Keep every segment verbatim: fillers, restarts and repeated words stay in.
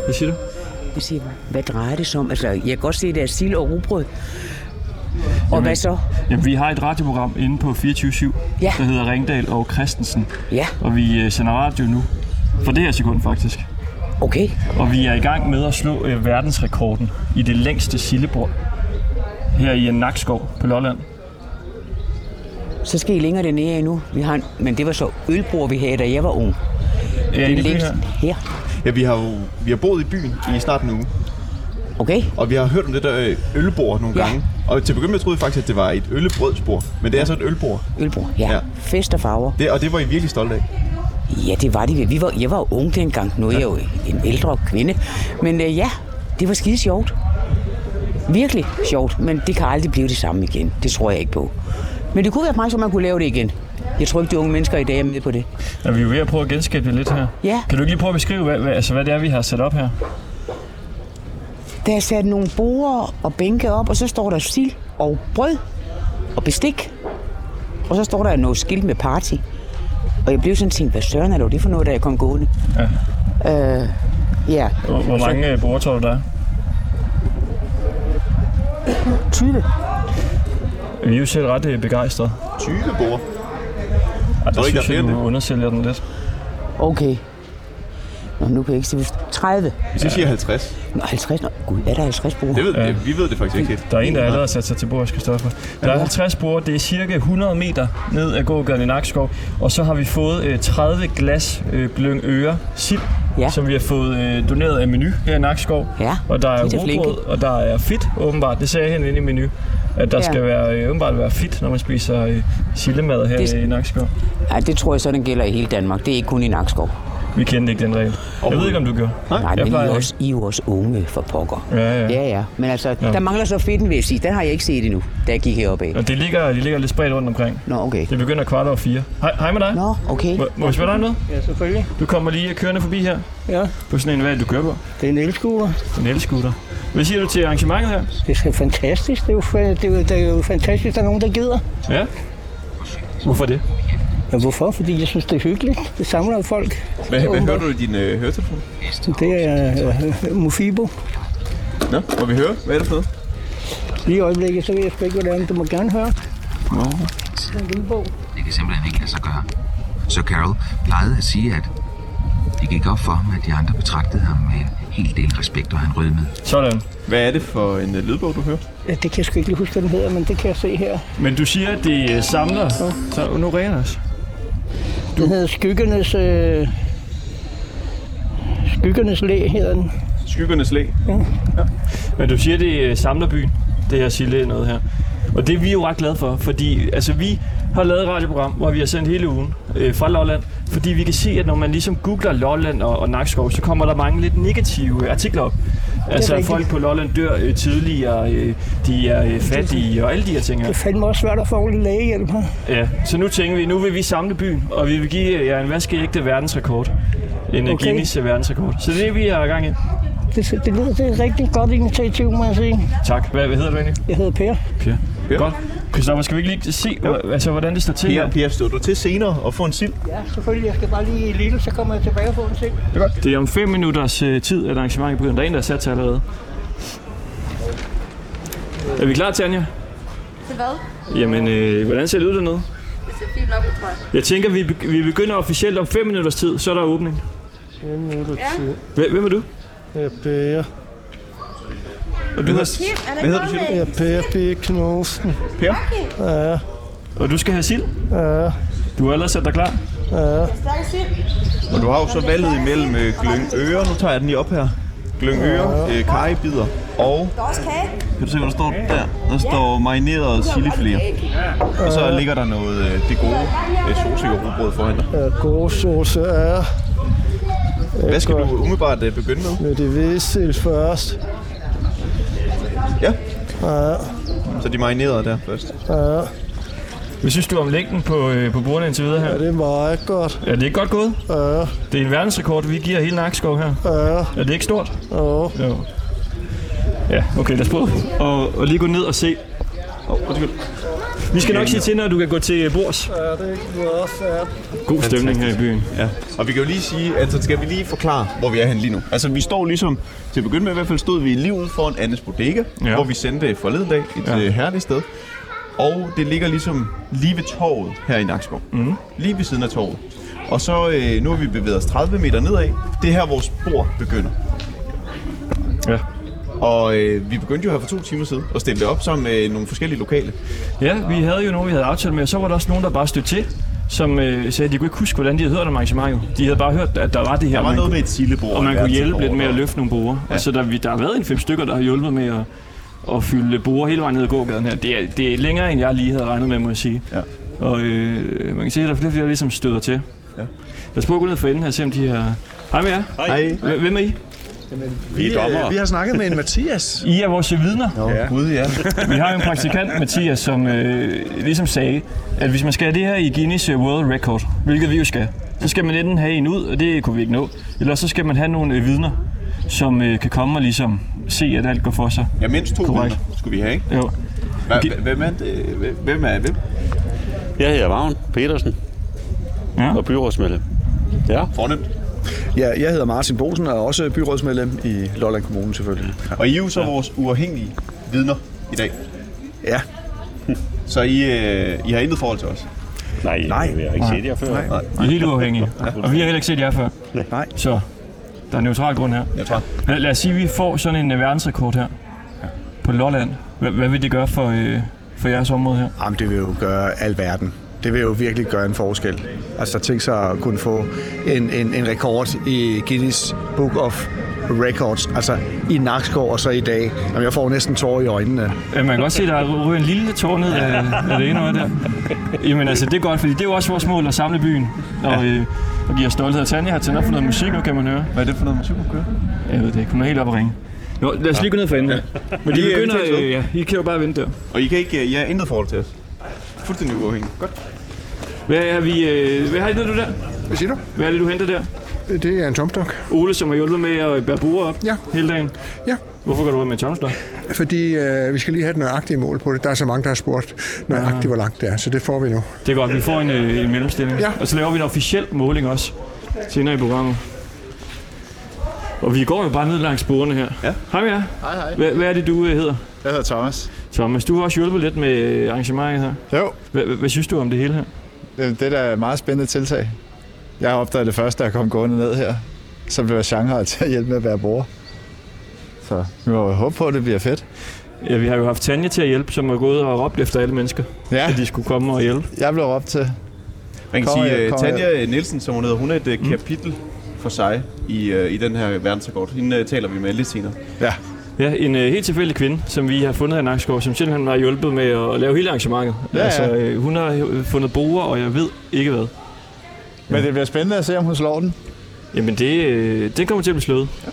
Hvad siger du? Jeg siger, hvad drejer det sig om? Altså, jeg kan godt se, at det er sild og rugbrød. Og jamen, hvad så? Jamen, vi har et radioprogram inde på fireogtyve syv, ja. Der hedder Ringdal og Christensen. Ja. Og vi øh, sender radio nu. For det her sekund, faktisk. Okay. Og vi er i gang med at slå øh, verdensrekorden i det længste sildebord. Her i en Nakskov på Lolland. Så skal I længere dernede endnu. Vi har en, men det var så ølbord, vi havde, da jeg var ung. Ja, det længste her. Ja, vi har jo vi har boet i byen i snart en uge. Okay. Og vi har hørt om det der ølbord nogle ja. gange. Og til begyndelsen troede jeg faktisk, at det var et øllebrødsbord. Men det er så et ølbord. Ølbord, ja. ja. Fest og farver. Det, og det var I virkelig stolte af? Ja, det var det. Vi var, jeg var ung dengang. Nu er jeg jo en ældre kvinde. Men øh, ja, det var skide sjovt. Virkelig sjovt. Men det kan aldrig blive det samme igen. Det tror jeg ikke på. Men det kunne være meget, så man kunne lave det igen. Jeg tror ikke, de unge mennesker i dag er med på det. Ja, vi er jo ved at prøve at genskabe det lidt her. Ja. Kan du ikke lige prøve at beskrive, hvad, hvad, altså, hvad det er, vi har sat op her? Der er sat nogle borde og bænke op, og så står der sild og brød og bestik. Og så står der noget skilt med party. Og jeg blev sådan tænkt, hvad søren er det, det for noget, da jeg kom gående? Ja. Øh, ja. Hvor, hvor mange så... borde tror du, der er? tyve. Vi er jo selv ret begejstrede. tyve borde? Ja, der synes jeg, du undersælger den lidt. Okay. Nå, nu kan jeg ikke sige tredive. Hvis jeg siger halvtreds. Nå, halvtreds? Nå, gud, er der halvtreds borde? Det ved, ja. Vi ved det faktisk ikke helt. Der er en, der allerede har sat sig til bord, Kristoffer. Der er halvtreds borde. Det er cirka hundrede meter ned ad gågaden i Nakskov. Og så har vi fået øh, tredive glas øh, Glyngøre sild, ja. Som vi har fået øh, doneret af Menu her i Nakskov. Ja, og der er rugbrød, og der er fedt, åbenbart. Det sagde jeg herinde i Menu. At der ja. skal være, øh, åbenbart være fedt, når man spiser øh, sildemad her det, i Nakskov. Nej, det tror jeg så, den gælder i hele Danmark. Det er ikke kun i Nakskov. Vi kendte ikke den regel. Jeg ved ikke, om du gør. Nej, Nej men I er, også, I er jo også unge for pokker. Ja, ja. Ja, ja. Men altså, ja. der mangler så fedten, vil jeg sige. Den har jeg ikke set endnu, da jeg gik heroppe af. Og det ligger, de ligger lidt spredt rundt omkring. Nå, okay. Det begynder kvart over fire. Hej, hej med dig. Nå, okay. Må, må jeg spørge dig noget? Ja, selvfølgelig. Du kommer lige kørende forbi her. Ja. På sådan en, hvad er det, du kører på? Det er en elscooter. En elscooter. Hvad siger du til arrangementet her? Det er fantastisk. Det er jo, det er jo, det er jo fantastisk, at der er nogen, der gider. Ja. Hvorfor det? Ja, hvorfor? Fordi jeg synes, det er hyggeligt. Det samler folk. Hvad, hvad hører du i din øh, høretelefon? Det er øh, Mofibo. Nå, må vi høre? Hvad er det for noget? Lige i øjeblikket, så ved jeg sgu ikke, hvordan du må gerne høre. Nå. Det kan simpelthen ikke lade sig gøre. Så Carol plejede at sige, at det gik op for ham, at de andre betragtede ham med en hel del respekt, og han rød med. Sådan. Hvad er det for en uh, lydbog, du hører? Ja, det kan jeg sgu ikke huske, hvad den hedder, men det kan jeg se her. Men du siger, at det samler... Ja. Så nu regner os. Du... Den hedder Skyggernes... Øh... Skyggernes Læ, hedder den. Skyggernes Læ? Ja. Ja. Men du siger, at det samler byen, det her silde noget her. Og det er vi jo ret glade for, fordi altså, vi har lavet et radioprogram, hvor vi har sendt hele ugen øh, fra Lolland, fordi vi kan se, at når man ligesom googler Lolland og, og Nakskov, så kommer der mange lidt negative artikler op. Altså, at folk på Lolland dør øh, tidligere, øh, de er øh, fattige og alle de her ting her. Det er fandme også svært at få ordentlig lægehjælp her. Ja, så nu tænker vi, nu vil vi samle byen, og vi vil give jer en vaskeægte verdensrekord. En okay. Guinness verdensrekord. Så det er det, vi er i gang i. Det, det lyder det er et rigtig godt initiativ, må jeg sige. Tak. Hvad, hvad hedder du egentlig? Jeg hedder Per. Per. Per. Godt. Kristoffer, skal vi ikke lige se, altså, hvordan det står til her? Per, stod du til senere og få en sild? Ja, selvfølgelig. Jeg skal bare lige lille, så kommer jeg tilbage og få en sild. Det er godt. Det er om fem minutters uh, tid, at arrangementet begynder. Der er en, der er sat til allerede. Er vi klar, Tanja? Til hvad? Jamen, øh, hvordan ser det ud dernede? Det ser fint nok, tror jeg. Jeg tænker, vi, vi begynder officielt om fem minutters tid, så er der åbning. fem minutter tid. Hvem, hvem er du? Jeg er Per. Og du har... Hvad hedder du, siger du? Jeg er Per Per Knudsen. Per? Ja. Og du skal have sild? Ja. Du har ellers sat dig klar? Ja. Og du har jo så valget imellem øh, Glyngøre, nu tager jeg den lige op her. Glyngøre, øh, karrybider og... Der er også kage. Kan du se, hvad der står der? Der står marineret chilifilet. Og så ligger der noget øh, det gode øh, sauce og rugbrød foran dig. Ja, gode sauce er... Hvad skal du umiddelbart øh, begynde med? Med det hvidsild først. Ja. Ja. Så de marinerede der først. Ja. Hvad synes du om længden på, øh, på bordene indtil videre her? Ja, det er meget godt. Ja, det er godt gået? Ja. Det er en verdensrekord, vi giver hele Nakskov her. Ja. Er det ikke stort? Jo. Jo. Ja, okay, lad os prøve. Og, og lige gå ned og se. Åh, oh, undskyld. Vi skal nok sige til, når du kan gå til bords. Ja, det er også ja. God stemning her i byen. Ja. Og vi kan jo lige sige, altså skal vi lige forklare, hvor vi er henne lige nu. Altså vi står ligesom, til at begynde med i hvert fald, stod vi lige ude foran Annes Bodega, ja. hvor vi sendte forleden dag, et ja. herligt sted. Og det ligger ligesom lige ved torvet her i Nakskov. Mm. Lige ved siden af torvet. Og så øh, nu har vi bevæget os tredive meter nedad. Det er her, vores spor begynder. Ja. Og øh, vi begyndte jo her for to timer siden at stille det op sammen med nogle forskellige lokale. Ja, vi havde jo nogen, vi havde aftalt med, og så var der også nogen, der bare stødte til, som øh, sagde, at de kunne ikke huske, hvordan de havde hørt om arrangementet. De havde bare hørt, at der var det her. Der var noget med et sildebord. Og man kunne hjælpe lidt med at løfte nogle borer. Ja. Og så der, der har været en fem stykker, der har hjulpet med at, at fylde borer hele vejen ned ad gågaden her. Det er, det er længere, end jeg lige havde regnet med, må jeg sige. Ja. Og øh, man kan se, at der er flere, der ligesom støder til. Ja. Lad os prøve at gå ned for enden her og se, om de her... Hej med jer. Hej. Hvem er I? Jamen, vi, er, vi har snakket med en Mathias. I er vores vidner. Nå, ja. Gud, ja. Vi har jo en praktikant, Mathias, som øh, ligesom sagde, at hvis man skal have det her i Guinness World Record, hvilket vi jo skal, så skal man enten have en ud, og det kunne vi ikke nå, eller så skal man have nogle øh, vidner, som øh, kan komme og ligesom se, at alt går for sig. Ja, mindst to vidner skulle vi have, ikke? Jo. Hvem er det? Hvem er det? Jeg hedder Vagn Petersen ja. og byrådsmedlem. Ja. Fornemt. Ja, jeg hedder Martin Bosen og er også byrådsmedlem i Lolland Kommune selvfølgelig. Ja. Og I er jo så ja. vores uafhængige vidner i dag. Ja. Så I, øh, I har intet forhold til os? Nej, Nej. vi har ikke set jer før. Nej. Nej. I er helt uafhængige, ja. og vi har heller ikke set jer før. Nej. Så der er neutral grund her. Neutral. Lad os sige, at vi får sådan en verdensrekord her ja. på Lolland. Hvad, hvad vil det gøre for, øh, for jeres område her? Jamen, det vil jo gøre alverden. Det vil jo virkelig gøre en forskel. Altså, tænk sig at kunne få en, en, en rekord i Guinness Book of Records, altså i Nakskov og så i dag. Jamen, jeg får næsten tårer i øjnene. Ja, man kan godt se, at der ryger en lille tår ned af, af det ene øje der. Jamen altså, det er godt, fordi det er jo også vores mål at samle byen og, øh, og give os stolthed. Tanja har tændt op for noget musik nu, kan man høre. Hvad er det for noget musik, du kører? Jeg ved det ikke. Hun er helt op at ringe. Nå, lad os lige gå ned for enden. Ja. Men de begynder, øh, ja, I kan jo bare vente der. Og I kan ikke, I har intet forhold til os? Fuldstændig uafhængig. Godt. Hvad er vi, øh, hvad har I nede, du der? Hvad siger du? Hvad er det, du henter der? Det er en tomstok. Ole, som har hjulpet med at bære borer op ja. hele dagen? Ja. Hvorfor går du ud med en tomstok? Fordi øh, vi skal lige have et nøjagtigt mål på det. Der er så mange, der har spurgt nøjagtigt, hvor langt det er, så det får vi nu. Det er godt, vi får en, øh, en mellemstilling. Ja. Og så laver vi en officiel måling også senere i programmet. Og vi går jo bare ned langs sporene her. Ja. Hej med jer. Hej, hej. Hvad, hvad er det, du hedder? Jeg hedder Thomas. Thomas, du har også hjulpet lidt med arrangementet her. Jo. Hvad, hvad synes du om det hele her? Det, det er da et meget spændende tiltag. Jeg har opdaget det første, da jeg kom gående ned her. Så blev jeg genre til at hjælpe med at bære bord. Så vi må håbe på, at det bliver fedt. Ja, vi har jo haft Tanja til at hjælpe, som har gået og råbt efter alle mennesker. Ja. At de skulle komme og hjælpe. Jeg blev råbt til. Man kan kom, sige, kom, Tanja Nielsen, som hun hedder, hun er et mm. kapitel for sig i, uh, i den her verdensrekord. Hende uh, taler vi med lidt senere. Ja. Ja, en uh, helt tilfældig kvinde, som vi har fundet her i Nakskov, som simpelthen har hjulpet med at, at lave hele arrangementet. Ja, altså, uh, hun har fundet borer, og jeg ved ikke hvad. Men det bliver spændende at se, om hun slår den. Jamen, det, uh, det kommer til at blive slået. Ja.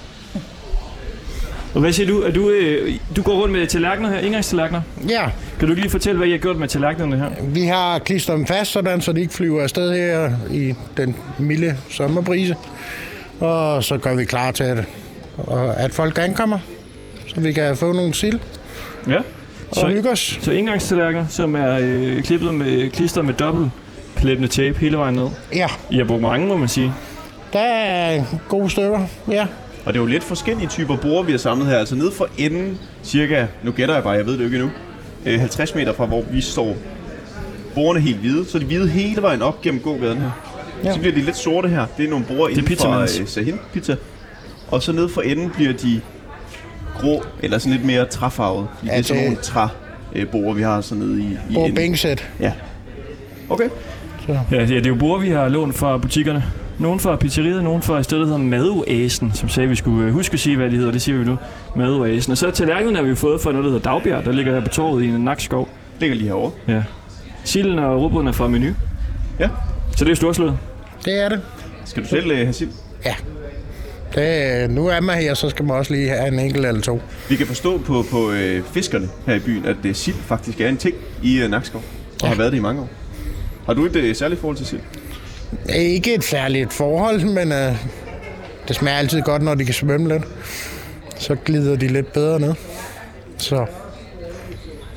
Og hvad siger du? Er du, uh, du går rundt med tallerkener her, indgangstallerkener? Ja. Kan du ikke lige fortælle, hvad I har gjort med tallerkenerne her? Vi har klistret dem fast, sådan, så de ikke flyver afsted her i den milde sommerbrise. Og så gør vi klar til, at, at folk ankommer, så vi kan få nogle sild. Ja. Og så, hygge os. Så indgangstallerkener, som er øh, klippet med klister med dobbelt klæbende tape hele vejen ned. Ja. I har brugt mange, må man sige. Der er gode stykker, ja. Og det er jo lidt forskellige typer borer, vi har samlet her. Altså ned for enden, cirka, nu gætter jeg bare, jeg ved det ikke endnu, halvtreds meter fra, hvor vi står. Borerne helt hvide, så de hvide hele vejen op gennem gågaden her. Ja. Så bliver de lidt sorte her. Det er nogle borer inden for uh, Sahin Pizza. Og så ned for enden bliver de grå, eller sådan lidt mere træfarvet. Ja, det er sådan nogle træborer, vi har sådan nede i, i enden. Bænksæt. Ja. Okay. Så. Ja, det er jo borer, vi har lånt fra butikkerne. Nogen fra pizzeriet, nogen fra et sted, der hedder Madoasen, som sagde, at vi skulle huske at sige, hvad de hedder. Det siger vi nu. Madoasen. Og så tallerkenen har vi fået fra noget, der hedder Dagbjerg, der ligger her på torvet i en Nakskov. Ligger lige herovre. Ja. Silden og rugbrøden er fra Menu. Ja. Så det er storslået. Det er det. Skal du selv uh, have sild? Ja. Det, nu er man her, så skal man også lige have en enkelt eller to. Vi kan forstå på, på øh, fiskerne her i byen, at uh, sild faktisk er en ting i uh, Nakskov. Og ja. har været det i mange år. Har du et uh, særligt forhold til sild? Ikke et særligt forhold, men uh, det smager altid godt, når de kan svømme lidt. Så glider de lidt bedre ned. Så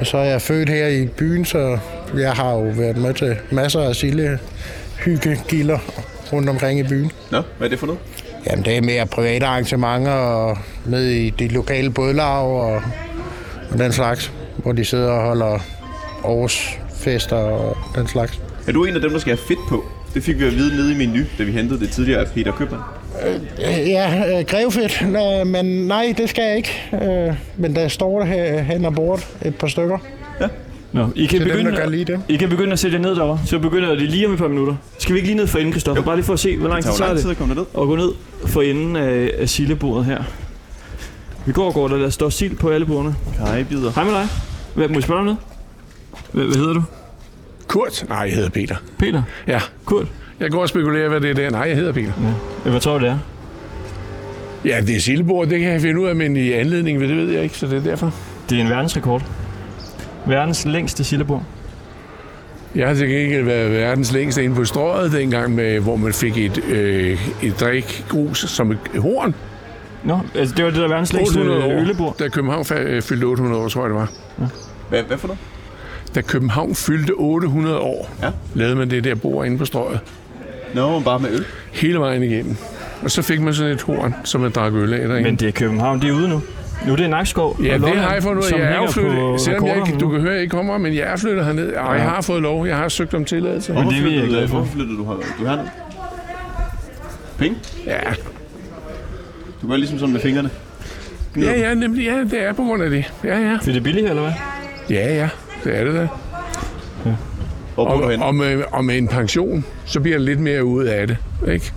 Og så er jeg født her i byen, så jeg har jo været med til masser af sildehyggegilder rundt omkring i byen. Nå, hvad er det for noget? Jamen, det er mere private arrangementer og ned i de lokale bådlaug og, og den slags, hvor de sidder og holder årsfester og den slags. Er du en af dem, der skal have fedt på? Det fik vi at vide nede i menu, da vi hentede det tidligere af Peter Købmann. Øh, ja, øh, grevefedt, Nå, men nej, det skal jeg ikke. Øh, men der står der her hen ad bordet et par stykker. Ja. Nå, I kan, begynde, dem, kan I kan begynde at sætte jer ned derovre, så begynder det lige om et par minutter. Skal vi ikke lige ned for enden, Christoffer? Bare lige for at se, hvor lang tid tager det, det at, at gå ned for enden af, af sildebordet her. Vi går og går, der, der står sild på alle bordene. Hej, bider. Hej med dig. Hvad, må jeg spørge om noget? Hvad, hvad hedder du? Kurt? Nej, jeg hedder Peter. Peter? Ja. Kurt? Jeg går og spekulerer, hvad det er der. Nej, jeg hedder Peter. Ja. Hvad tror du, det er? Ja, det er sildebord. Det kan jeg finde ud af, men i anledning, det ved jeg ikke, så det er derfor. Det er en verdensrekord. Verdens længste sildebord. Jeg har til gengæld været verdens længste inde på strøget dengang, med, hvor man fik et, øh, et drikgrus som et horn. Nå, altså det var det der verdens længste ølebord. Da København fyldte otte hundrede år, tror jeg det var. Ja. Hvad, hvad for noget? Da København fyldte otte hundrede år, ja. lavede man det der bord inde på strøget. Nå, bare med øl? Hele vejen igennem. Og så fik man sådan et horn, som man drak øl af derinde. Men det er København, det er ude nu. Nu er det Nakskov. Ja, det har jeg fundet ud af. Jeg er flyttet, selvom jeg ikke, du kan høre, jeg ikke kommer, men jeg er flyttet herned. Og jeg har fået lov. Jeg har søgt om tilladelse. Hvorfor flyttede, Hvorfor flyttede du, du herned? Penge? Ja. Du gør ligesom sådan med fingrene. Ja, ja, nemlig, ja, det er på grund af det. Ja, ja. For det er billigt, eller hvad? Ja, ja, det er det da. Ja. Og, og, med, og med en pension, så bliver der lidt mere ud af det, ikke?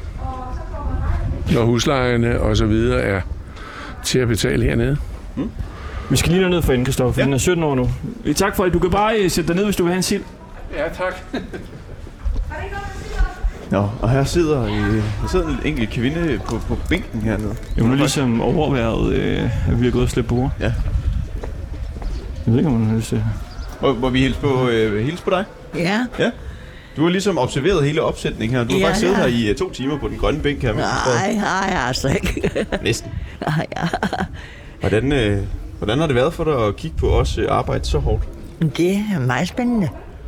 Når huslejerne og så videre er til at betale hernede. Hmm. Vi skal lige ned for enden, Christoffer. Ja. Den er sytten år nu. Tak for det. Du kan bare sætte dig ned, hvis du vil have en sild. Ja, tak. Nå, og her sidder, øh, der sidder en enkelt kvinde på, på bænken hernede. Ja, hun er ligesom overværet, øh, at vi har gået og slæbt bord. Ja. Jeg ved ikke, om hun har lyst til. Må, må vi hilse på, øh, hilse på dig? Ja. Ja. Du har ligesom observeret hele opsætningen her. Du har ja, faktisk siddet ja. her i uh, to timer på den grønne bænk her. Nej, nej, altså ikke. Næsten. Nej, ja. Hvordan, øh, hvordan har det været for dig at kigge på os øh, arbejde så hårdt? Det er meget spændende.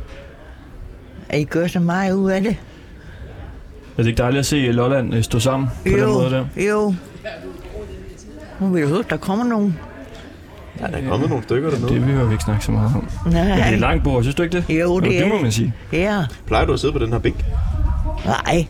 At I gør så meget ud af det. Er det ikke dejligt at se Lolland stå sammen på jo, den måde der? Jo, nu vil jeg høre, der kommer nogen. Ja, der er kommet nogle stykker dernede. Det vil vi ikke snakke så meget om. Nej. Men det er et langt bord, synes du ikke det? Jo, det, det er det. må man sige. Ja. Plejer du at sidde på den her bænk? Nej.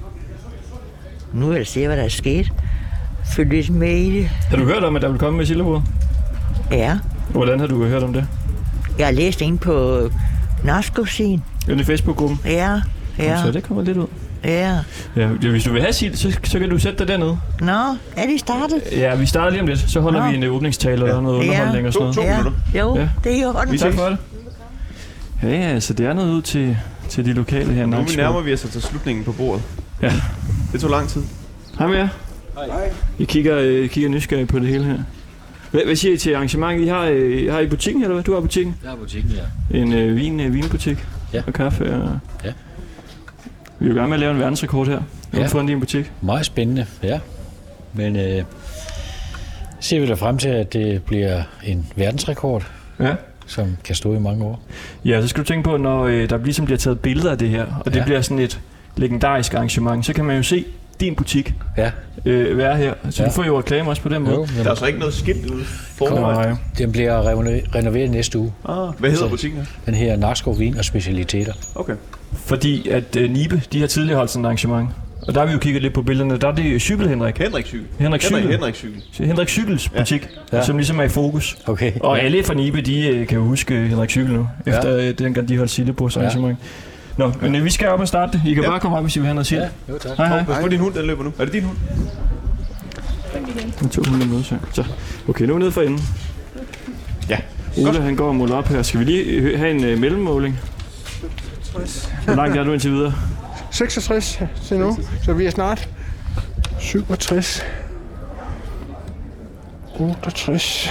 Nu vil jeg se, hvad der er sket. Følg lidt med i det. Har du hørt om, at der vil komme med sildebordet? Ja. Hvordan har du hørt om det? Jeg har læst ind på Narskov-siden. I Facebook-gruppen? Ja, ja. Så det kommer lidt ud. Ja. Ja, hvis du vil have sild, så, så kan du sætte dig dernede. Nå, er de startet? Ja, vi starter lige om lidt. Så holder Nå. vi en åbningstale eller ja. noget underholdning og sådan noget. To, to ja. minutter. Jo, ja. Det er jo ordentligt. Tak for det. Ja, altså det er noget ud til, til de lokale her. Nu nærmer vi os altså slutningen på bordet. Ja. Det tog lang tid. Hej med jer. Hej. I kigger, I kigger nysgerrigt på det hele her. Hvad, hvad siger I til arrangementet? I har, I har I butikken, eller hvad? Du har butikken? Jeg har butikken, ja. En øh, vin, øh, vinbutik? Ja. Og kaffe? Og... Ja. Vi er jo gerne med at lave en verdensrekord her. Ja. Foran din butik. Meget spændende, ja. Men øh, ser vi da frem til, at det bliver en verdensrekord, ja. som kan stå i mange år. Ja, så skal du tænke på, når øh, der ligesom bliver taget billeder af det her, og det ja. bliver sådan et legendarisk arrangement, så kan man jo se din butik ja. øh, være her. Så ja. du får jo reklame også på den måde. Jo, der er så ikke noget skilt ude foran. Den bliver renoveret næste uge. Ah, hvad hedder så, butikken her? Den her Nakskov Vin og Specialiteter. Okay. Fordi at øh, Nibe, de har tidligere holdt sådan et arrangement. Og der har vi jo kigget lidt på billederne. Der er det Cykel Henrik. Henrik Cykel. Henrik Cykel. Henrik Cykel. Henrik Cykels butik, ja. som ligesom er i fokus. Okay. Og ja. alle fra Nibe, de øh, kan jo huske Henrik Cykel nu, efter ja. øh, dengang de holdt sildebords arrangement. Ja. Nå, men øh, vi skal op og starte det. I kan ja. bare komme op, hvis I vil have noget sild. Ja, jo tak. Hej, hej. Pas på din hund, den løber nu. Er det din hund? Den to hundrede mødes her. Så, okay, nu er vi nede for enden. Ja. Ole, han går og måler op her. Skal vi lige have en øh, mellemmåling? Hvor langt er du indtil videre? seksogtres til nu, så vi er snart syvogtres, otteogtres,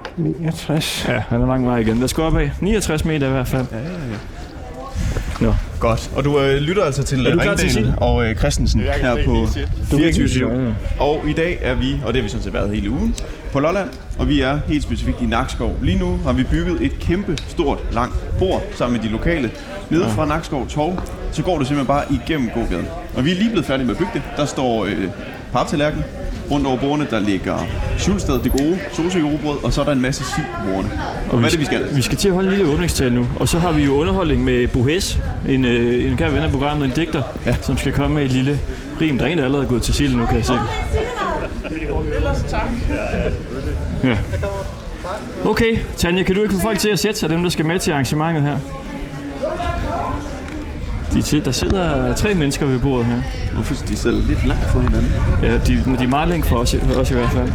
niogtres. Ja, han er lang vej igen. Lad os gå opad. niogtres meter i hvert fald. Ja, ja, ja. Nå, Godt. Og du øh, lytter altså til Ringdal og øh, Christensen her på fireogtyve syv. Og i dag er vi, og det har vi sådan set været hele ugen, på Lolland. Og vi er helt specifikt i Nakskov. Lige nu har vi bygget et kæmpe, stort, langt bord sammen med de lokale. Nede fra Nakskov Torv, så går det simpelthen bare igennem gågaden. Og vi er lige blevet færdige med at bygge det. Der står øh, paptallerken. Rundt over bordene, der ligger Schulsted, det gode solsikkerobrød, og så er der en masse sild på bordene. Og hvad er det, vi skal? Vi skal til at holde en lille åbningstale nu, og så har vi jo underholdning med Bohes, en, øh, en kære ven af programmet, en digter, ja. Som skal komme med et lille rim. Der er en, der allerede er gået til sild nu, kan jeg se. Ja. Okay, Tanja, kan du ikke få folk til at sætte sig, dem der skal med til arrangementet her? De til, der sidder tre mennesker ved bordet her. Hvorfor de sidder lidt langt fra hinanden? Ja, de, de er meget længe for os, os i hvert fald.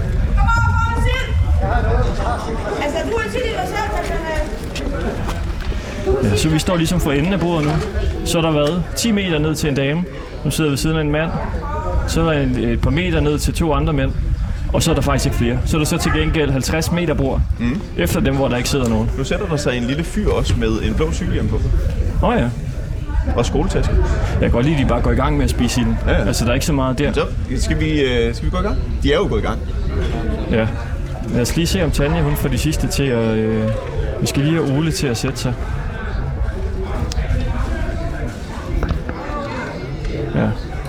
Ja, så vi står ligesom for enden af bordet nu. Så er der været ti meter ned til en dame. Nu sidder vi ved siden af en mand. Så er der en, et par meter ned til to andre mænd. Og så er der faktisk ikke flere. Så er der så til gengæld halvtreds meter bord. Mm. Efter dem, hvor der ikke sidder nogen. Nu sætter der sig en lille fyr også med en blå cykelhjelm på. Åh oh, ja. Og skoletaske. Jeg kan godt lide, at de bare går i gang med at spise i den. Ja, ja. Altså, der er ikke så meget der. Så, skal vi, øh, skal vi gå i gang? De er jo gået i gang. Ja. Lad os lige se, om Tanja hun får de sidste til at... Øh, vi skal lige have Ole til at sætte sig. Ja.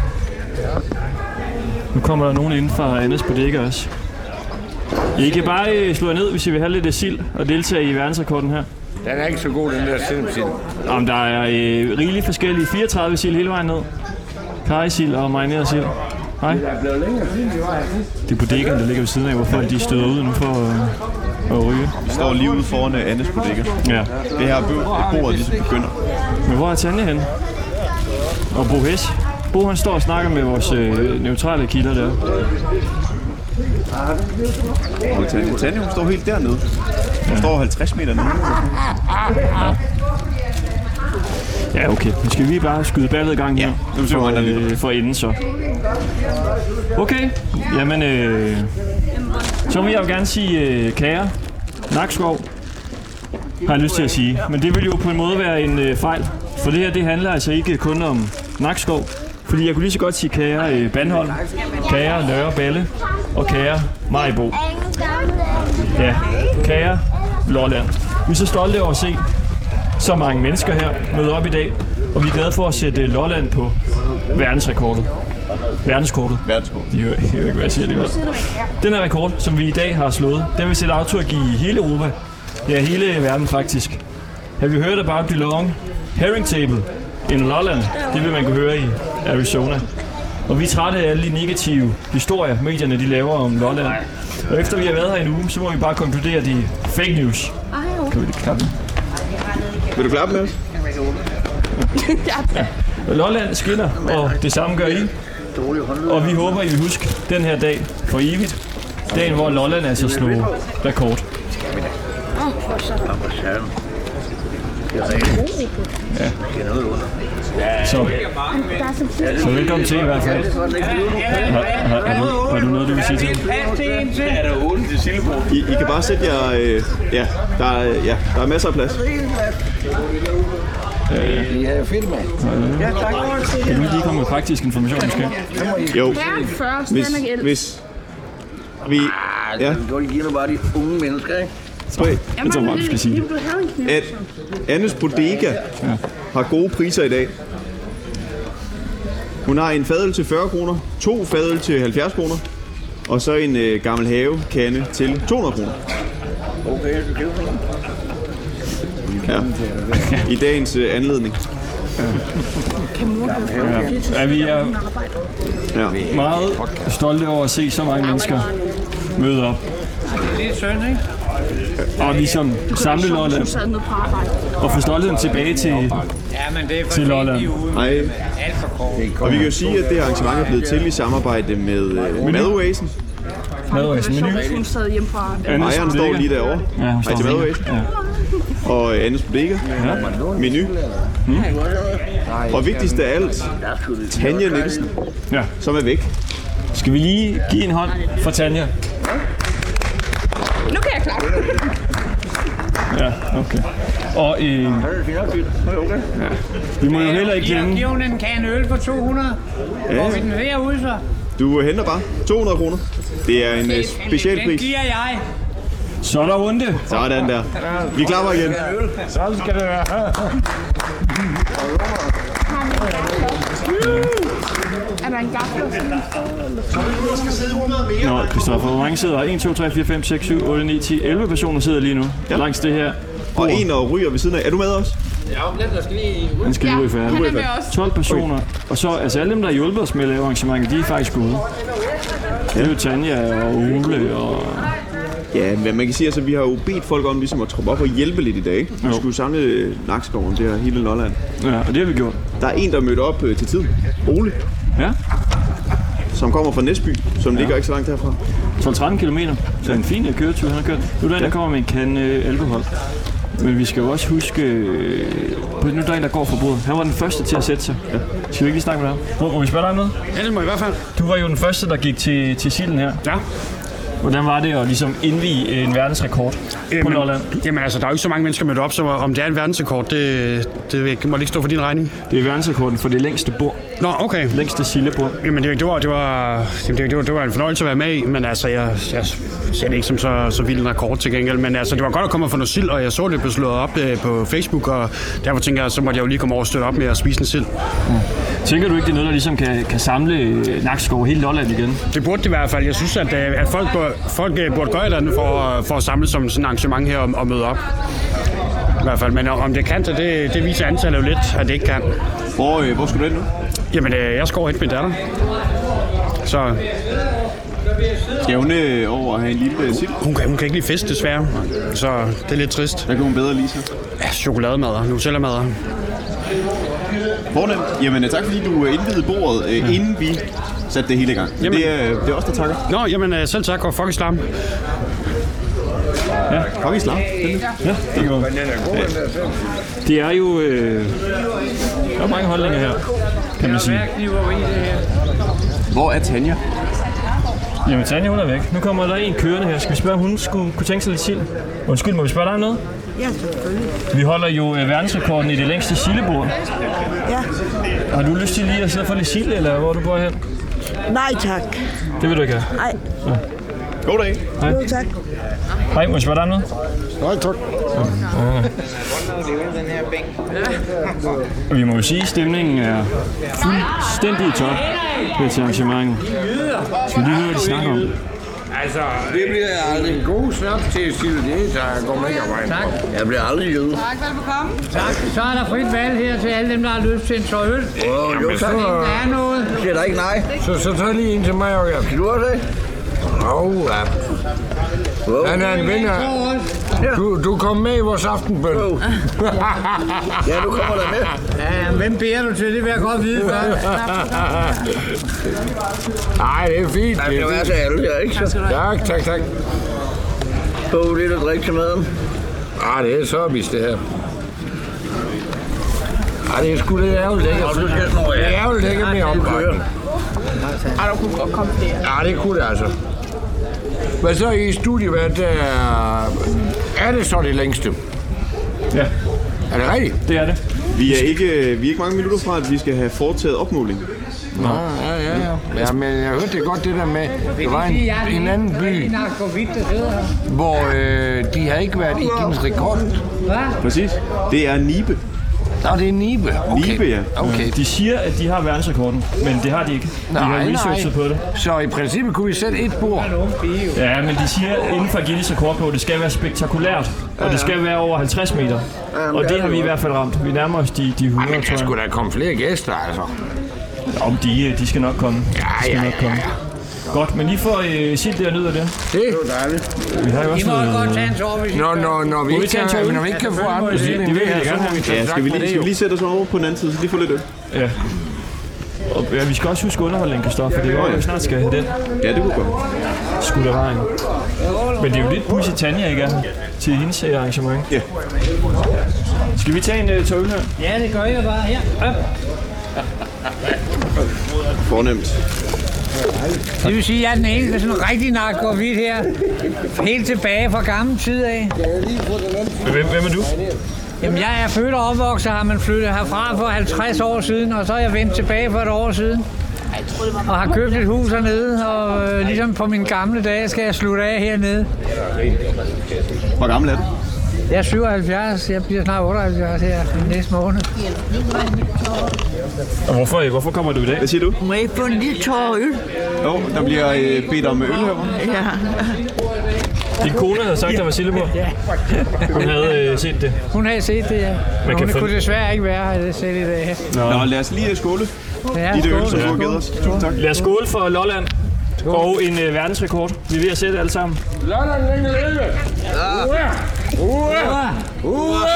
Nu kommer der nogen inden fra Andes Bodega også. I kan bare øh, slå jer ned, hvis I vil have lidt sild og deltage i verdensrekorden her. Den er ikke så god, den der sild. Om der er øh, rigeligt forskellige. fireogtredive sild hele vejen ned. Karrysild og marineret sild. Hej. Det er blevet længere siden, vi var her sidst. Det er bodegaen, der ligger ved siden af, hvor folk de støder ud nu for øh, at ryge. Vi står lige ude foran Andes Bodega. Ja. Det her bord ligesom begynder. Men hvor er Tanja henne? Og Bo Hes. Bo han står og snakker med vores øh, neutrale kilder der. Og Tanja, Tanja hun står helt dernede. Hun står halvtreds meter nede. Ja. Ja, okay. Nu skal vi bare skyde ballet i gang her. Ja, for, øh, for inden så. Okay. Jamen, øh, så vil jeg jo gerne sige øh, kære Nakskov, har jeg lyst til at sige. Men det vil jo på en måde være en øh, fejl. For det her, det handler altså ikke kun om Nakskov. Fordi jeg kunne lige så godt sige kære øh, Bandholm, kære Nørre Balle og kære Maribo. Ja, kære Lolland. Vi er så stolte over at se så mange mennesker her møde op i dag, og vi er glade for at sætte Lolland på verdensrekordet. Verdenskortet. Verdenskortet. Det hører ikke, hvad jeg siger det. Den her rekord, som vi i dag har slået, den vil sætte aftryk i hele Europa. Ja, hele verden faktisk. Have vi hørt about the long herring table in Lolland? Det vil man kunne høre i Arizona. Og vi er trætte af alle de negative historier, medierne de laver om Lolland. Og efter vi har været her en uge, så må vi bare konkludere, at det er fake news. Kan vi lige klappe? Vil du klappe med os? Ja. Lolland skinner, og det samme gør I. Og vi håber, I vil huske den her dag for evigt. Dagen, hvor Lolland altså slog rekord. Ja. Så, så velkommen til i hvert fald. Har, har, har, du, har du noget, du vil sige til dem? I, I kan bare sætte jer... Øh, ja, der er, ja, der er masser af plads. Øh, I har filmet. Ja, tak. Kan du lige komme med praktisk information, måske? Jo. Hvis, hvis vi... Ja. Det gælder bare de unge mennesker, ikke? Spring. Jeg tror bare, du skal sige. At Andes Bodega har gode priser i dag. Hun har en fadøl til fyrre kroner, to fadøl til halvfjerds kroner, og så en øh, gammel havekande til to hundrede kroner. Okay, så køber Ja. I dagens øh, anledning. Ja. Ja, vi er ja. meget stolte over at se så mange mennesker møde op. Det er synd, ikke? Og ligesom samle Lolland og få stoltheden tilbage til, til Lolland. Ej. Og vi kan jo sige, at det her arrangement er blevet til i samarbejde med uh, Madoasen. Madoasen Menu. Ejeren står lige derovre. Ja, hun står lige. Ja. Og Andes Bodega. Ja. Menu. Mm. Og vigtigst af alt, Tanja Nielsen, ja. som er væk. Skal vi lige give en hånd for Tanja? Nu kan jeg klappe. Ja, okay. Og øh, ja. Vi må jo heller ikke glemme... Giv hun en kan øl for to hundrede. Ja. Hvor vi den herude så? Du henter bare to hundrede kroner. Det er en uh, specialpris. Den giver jeg. Så er der runde. Sådan der. Vi klapper igen. Sådan skal det være. Er der en gaffel? Nå, Christoffer, hvor mange sidder? en, to, tre, fire, fem, seks, syv, otte, ni, ti, elleve personer sidder lige nu ja. langs det her. Og en og ryger ved siden af. Er du med også? Ja, om lidt, der skal lige... Den skal lige ja, ryge færdig. tolv personer. Og så, altså alle dem, der har hjulpet os med at lave arrangementet, de er faktisk ude. Det er jo Tanja og Ole og... Ja, men man kan sige, altså, vi har jo bedt folk om ligesom at troppe op og hjælpe lidt i dag. Ikke? Vi skulle samle Nakskoven, det er hele Lolland. Ja, og det har vi gjort. Der er en, der mødte op øh, til tiden. Ole. Ja. Som kommer fra Næsby, som ja. ligger ikke så langt herfra. tolv til tretten kilometer. Så en fin køretur, han har kørt. Nu er der en, der kommer med en kande øh, alkohol. Men vi skal jo også huske... Øh, nu er der en, der går for bordet. Han var den første til at sætte sig. Ja. Skal vi ikke lige snakke med ham? Må, må vi spørge dig om noget? Ja, det må i hvert fald. Du var jo den første, der gik til, til silden her. Ja. Hvordan var det at ligesom indvige en verdensrekord på Lolland? Jamen altså, der er jo ikke så mange mennesker mødt op, så om det er en verdensrekord, det, det må ikke stå for din regning. Det er verdensrekorden for det længste bord. Nå, okay. Længste sildebord. Jamen det, det, var, det, var, det, det, var, det var en fornøjelse at være med i, men altså, jeg, jeg ser det ikke som så, så vild en rekord til gengæld. Men altså, det var godt at komme og få noget sild, og jeg så det blev slået op øh, på Facebook, og derfor tænker jeg, så måtte jeg jo lige komme over og støtte op med at spise en sild. Mm. Tænker du ikke, det er noget, der ligesom kan, kan samle Nakskov hele Lolland igen? Det burde det i hvert fald. Jeg synes, at, at folk, bør, folk burde gøre et eller andet for, for at samle som sådan et arrangement her og, og møde op. I hvert fald. Men om det kan, det, det viser antallet jo lidt, at det ikke kan. Hvor, øh, hvor skal du hen nu? Jamen, øh, jeg skal over og hente min datter. Så... Skal hun øh, over og have en lille sild? Hun kan, hun kan ikke lide fisk, desværre. Så det er lidt trist. Hvad kan hun bedre lide så? Ja, chokolademader, Nutella-mader. Fornemt. Jamen tak fordi du indvidede bordet, øh, ja. inden vi satte det hele i gang. Jamen, det, er, det er os, der takker. Nå, jamen selv tak, og fuck islam. Ja, fuck islam. Ja, det er godt. Det er jo... Øh, der er mange holdninger her, kan man sige. Hvor er Tanja? Jamen Tanja, hun er væk. Nu kommer der en kørende her. Skal vi spørge, om hun skulle kunne tænke sig lidt sild? Undskyld, må vi spørge dig om noget? Ja, selvfølgelig. Vi holder jo øh, verdensrekorden i det længste sildebord. Ja. Har du lyst til lige at sidde og få lidt sild, eller hvor du går hen? Nej, tak. Det vil du ikke have? Nej. Ja. God dag. Hej. Jo, tak. Hej, må jeg spørge dig om noget? Nej, tak. Ja. Ja. Vi må jo sige, at stemningen er fuldstændig i top her til arrangementet. Skal vi lige høre, hvad de snakker om? Altså, det bliver aldrig en god snap til at sige det, så går man ikke af vejen. Tak. Jeg bliver aldrig jøde. Tak, velbekomme. Tak. Så er der frit valg her til alle dem, der har lyst til en tår øl. Åh, jo, så der er noget. siger der ikke nej. Så, så tager lige en til mig, og jeg. Skal du også det? Åh, oh, ja. Han er en ven af... Du, du kom med i vores aftenbøn. Ja, du kommer der med. Ja, hvem beder du til? Det vil jeg godt vide. Nej, det er fint. Det er være til alle, ja, ikke? Tak, tak, tak. Få lidt at drikke til maden. Ah, det er så vist det her. Ah, det er sgu lidt ærgerligt, ikke? Det er ærgerligt, ikke med omgangen. Ej, der kunne godt komme flere. Ja, det kunne det altså. Hvad så i studievært, er det så det længste? Ja. Er det rigtigt? Det er det. Vi er ikke, vi er ikke mange minutter fra, at vi skal have foretaget opmåling. Nå, ja, ja, ja. Ja, men jeg hørte det godt, det der med, der var en, en anden by, hvor øh, de har ikke været i Guinness rekord. Præcis. Det er Nibe. Nå, det er Nibe. Okay. Nibe, ja. Okay. De siger, at de har verdensrekorden, men det har de ikke. De nej, har researchet på det. Så i princippet kunne vi sætte et bord. Ja, men de siger inden for Guinness rekordbog, det skal være spektakulært, og det skal være over halvtreds meter. Og det har vi i hvert fald ramt. Vi nærmer os de, de hundrede, tror jeg. Der skulle da komme flere gæster, altså. Om de, de skal nok komme. Ja, de skal ja, nok ja, komme. ja. Godt, men lige for øh, sild der ned af det. Det er dejligt. Vi har jo også noget... godt tage en tår, hvis I Nå, nå, nå, vi ikke kan, når vi ikke kan få andre sild, det vil jeg gerne have. Ja, skal vi lige, skal vi lige sætte os over på den anden side, så lige få lidt øl? Ja. Og ja, vi skal også huske underholdning, Christoffer, for det er jo, at vi snart skal have den. Ja, det kunne komme. Skulle det regne. Men det er jo lidt pudsigt, at Tanja ikke er til hendes arrangement. Ja. Skal vi tage en uh, tøl her? Ja, det gør jeg bare her. Op. Fornemt. Det vil sige, at jeg er den eneste sådan rigtig narkovid her. Helt tilbage fra gammel tid af. Hvem, hvem er du? Jamen, jeg er født og opvokset, har man flyttet herfra for halvtreds år siden, og så er jeg vendt tilbage for et år siden. Og har købt et hus hernede, og øh, ligesom på mine gamle dage skal jeg slutte af hernede. Hvor gammel er du? Jeg er syvoghalvfjerds, jeg bliver snart otteoghalvfjerds her næste måned. Og hvorfor, hvorfor kommer du i dag? Hvad siger du? Må jeg få en lille tår øl? Jo, der bliver øh, bedt om øl herovre. Ja. Din kone havde sagt, at der var Silkeborg. Ja. Hun havde øh, set det. Hun havde set det, ja. Men hun kunne desværre ikke være her selv i dag. Nå, Nå lad os lige skåle. Ja, I det øl, skål, som du har skål. givet os. Tusind tak. Lad os skåle for Lolland. Og en øh, verdensrekord. Vi er ved at sætte alle sammen. Lolland, længe leve! Ua! Ua! Ua!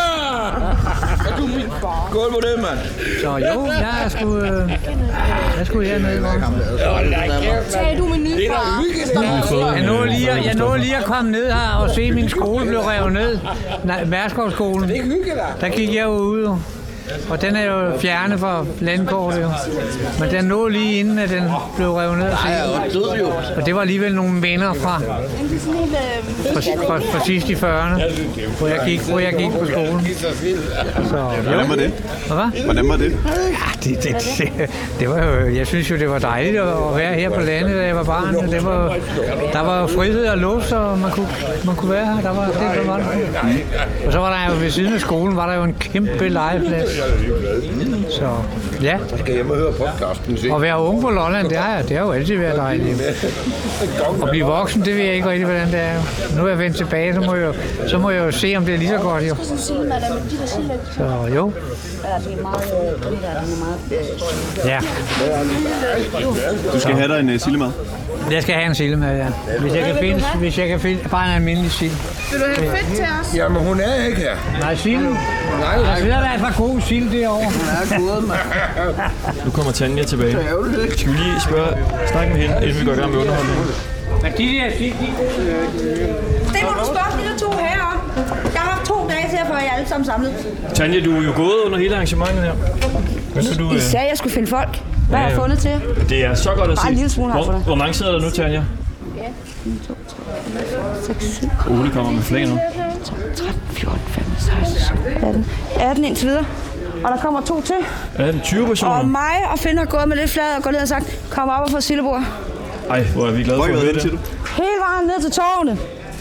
Skål på det, mand! Så jo, jeg er sgu... Øh, jeg skulle hernede. Tag du med nye far. Jeg nåede lige, jeg nåede lige at komme ned her og se, at min skole blev revet ned. Værskovskolen. Der gik jeg jo ud. Og den er jo fjernet fra landkortet jo. Men den nåede lige inden, at den blev revet ned. Og det var alligevel nogle venner fra, fra, fra, fra sidst i fyrrerne, hvor jeg gik, hvor jeg gik på skolen. Så, Hvordan var det? Hvad? Hvordan var det? Ja, det, det, det, det var jo, jeg synes jo, det var dejligt at være her på landet, da jeg var barn. Det var, der var frihed og luft, og man kunne, man kunne være her. Der var, det var det. Og så var der jo ved siden af skolen, var der jo en kæmpe legeplads. Så ja. Så skal jeg hjem og høre podcasten. Se. At være ung på Lolland, det har, det har jo altid været dejligt. At blive voksen, det ved jeg ikke rigtig, hvordan det er. Nu er jeg vendt tilbage, så må jeg, så må jeg jo se, om det er lige så godt. Jo. Så jo. Ja. Du skal have dig en uh, sillemad. Jeg skal have en sillemad, ja. Hvis jeg kan finde, hvis jeg kan finde bare en almindelig sild. Vil du have fedt til os? Jamen, hun er ikke her. Nej, silden. Nej, nej. Jeg ved, der er et par gode sild derovre. Hun er god, mand. Nu kommer Tanja tilbage. Skal vi lige spørge, snakke med hende, inden vi går i gang med underholdningen? Men de der sild, de Det må du spørge de der to herrer om. Jeg har haft to dage til at få jer alle sammen samlet. Tanja, du er jo gået under hele arrangementet her. Hvad skal du, I sagde, at jeg skulle finde folk. Hvad har jeg fundet til jer? Det er så godt at se. Bare en lille smule har jeg hvor, fundet. hvor mange sidder der nu, Tanja? seks, syv, Ole kommer med flag nu. tretten, fjorten, femten, seksten, sytten, atten. atten indtil videre. Og der kommer to til. atten, tyve personer. Og mig og Finn har gået med lidt flad og gået ned og sagt, kom op og få Silkeborg. Ej, hvor er vi glade for at høre det. Hele vejen ned til tårne.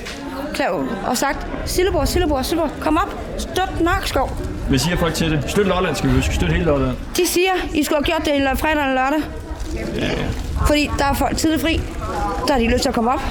Og sagt, Silkeborg, Silkeborg, Silkeborg, kom op. Støt Nakskov. Hvad siger folk til det? Støt Lolland, skal vi huske. Støt hele Lolland. De siger, I skulle have gjort det i fredag eller lørdag. Ja, ja. Fordi der er folk tidligt fri. Der har de lyst til at komme op.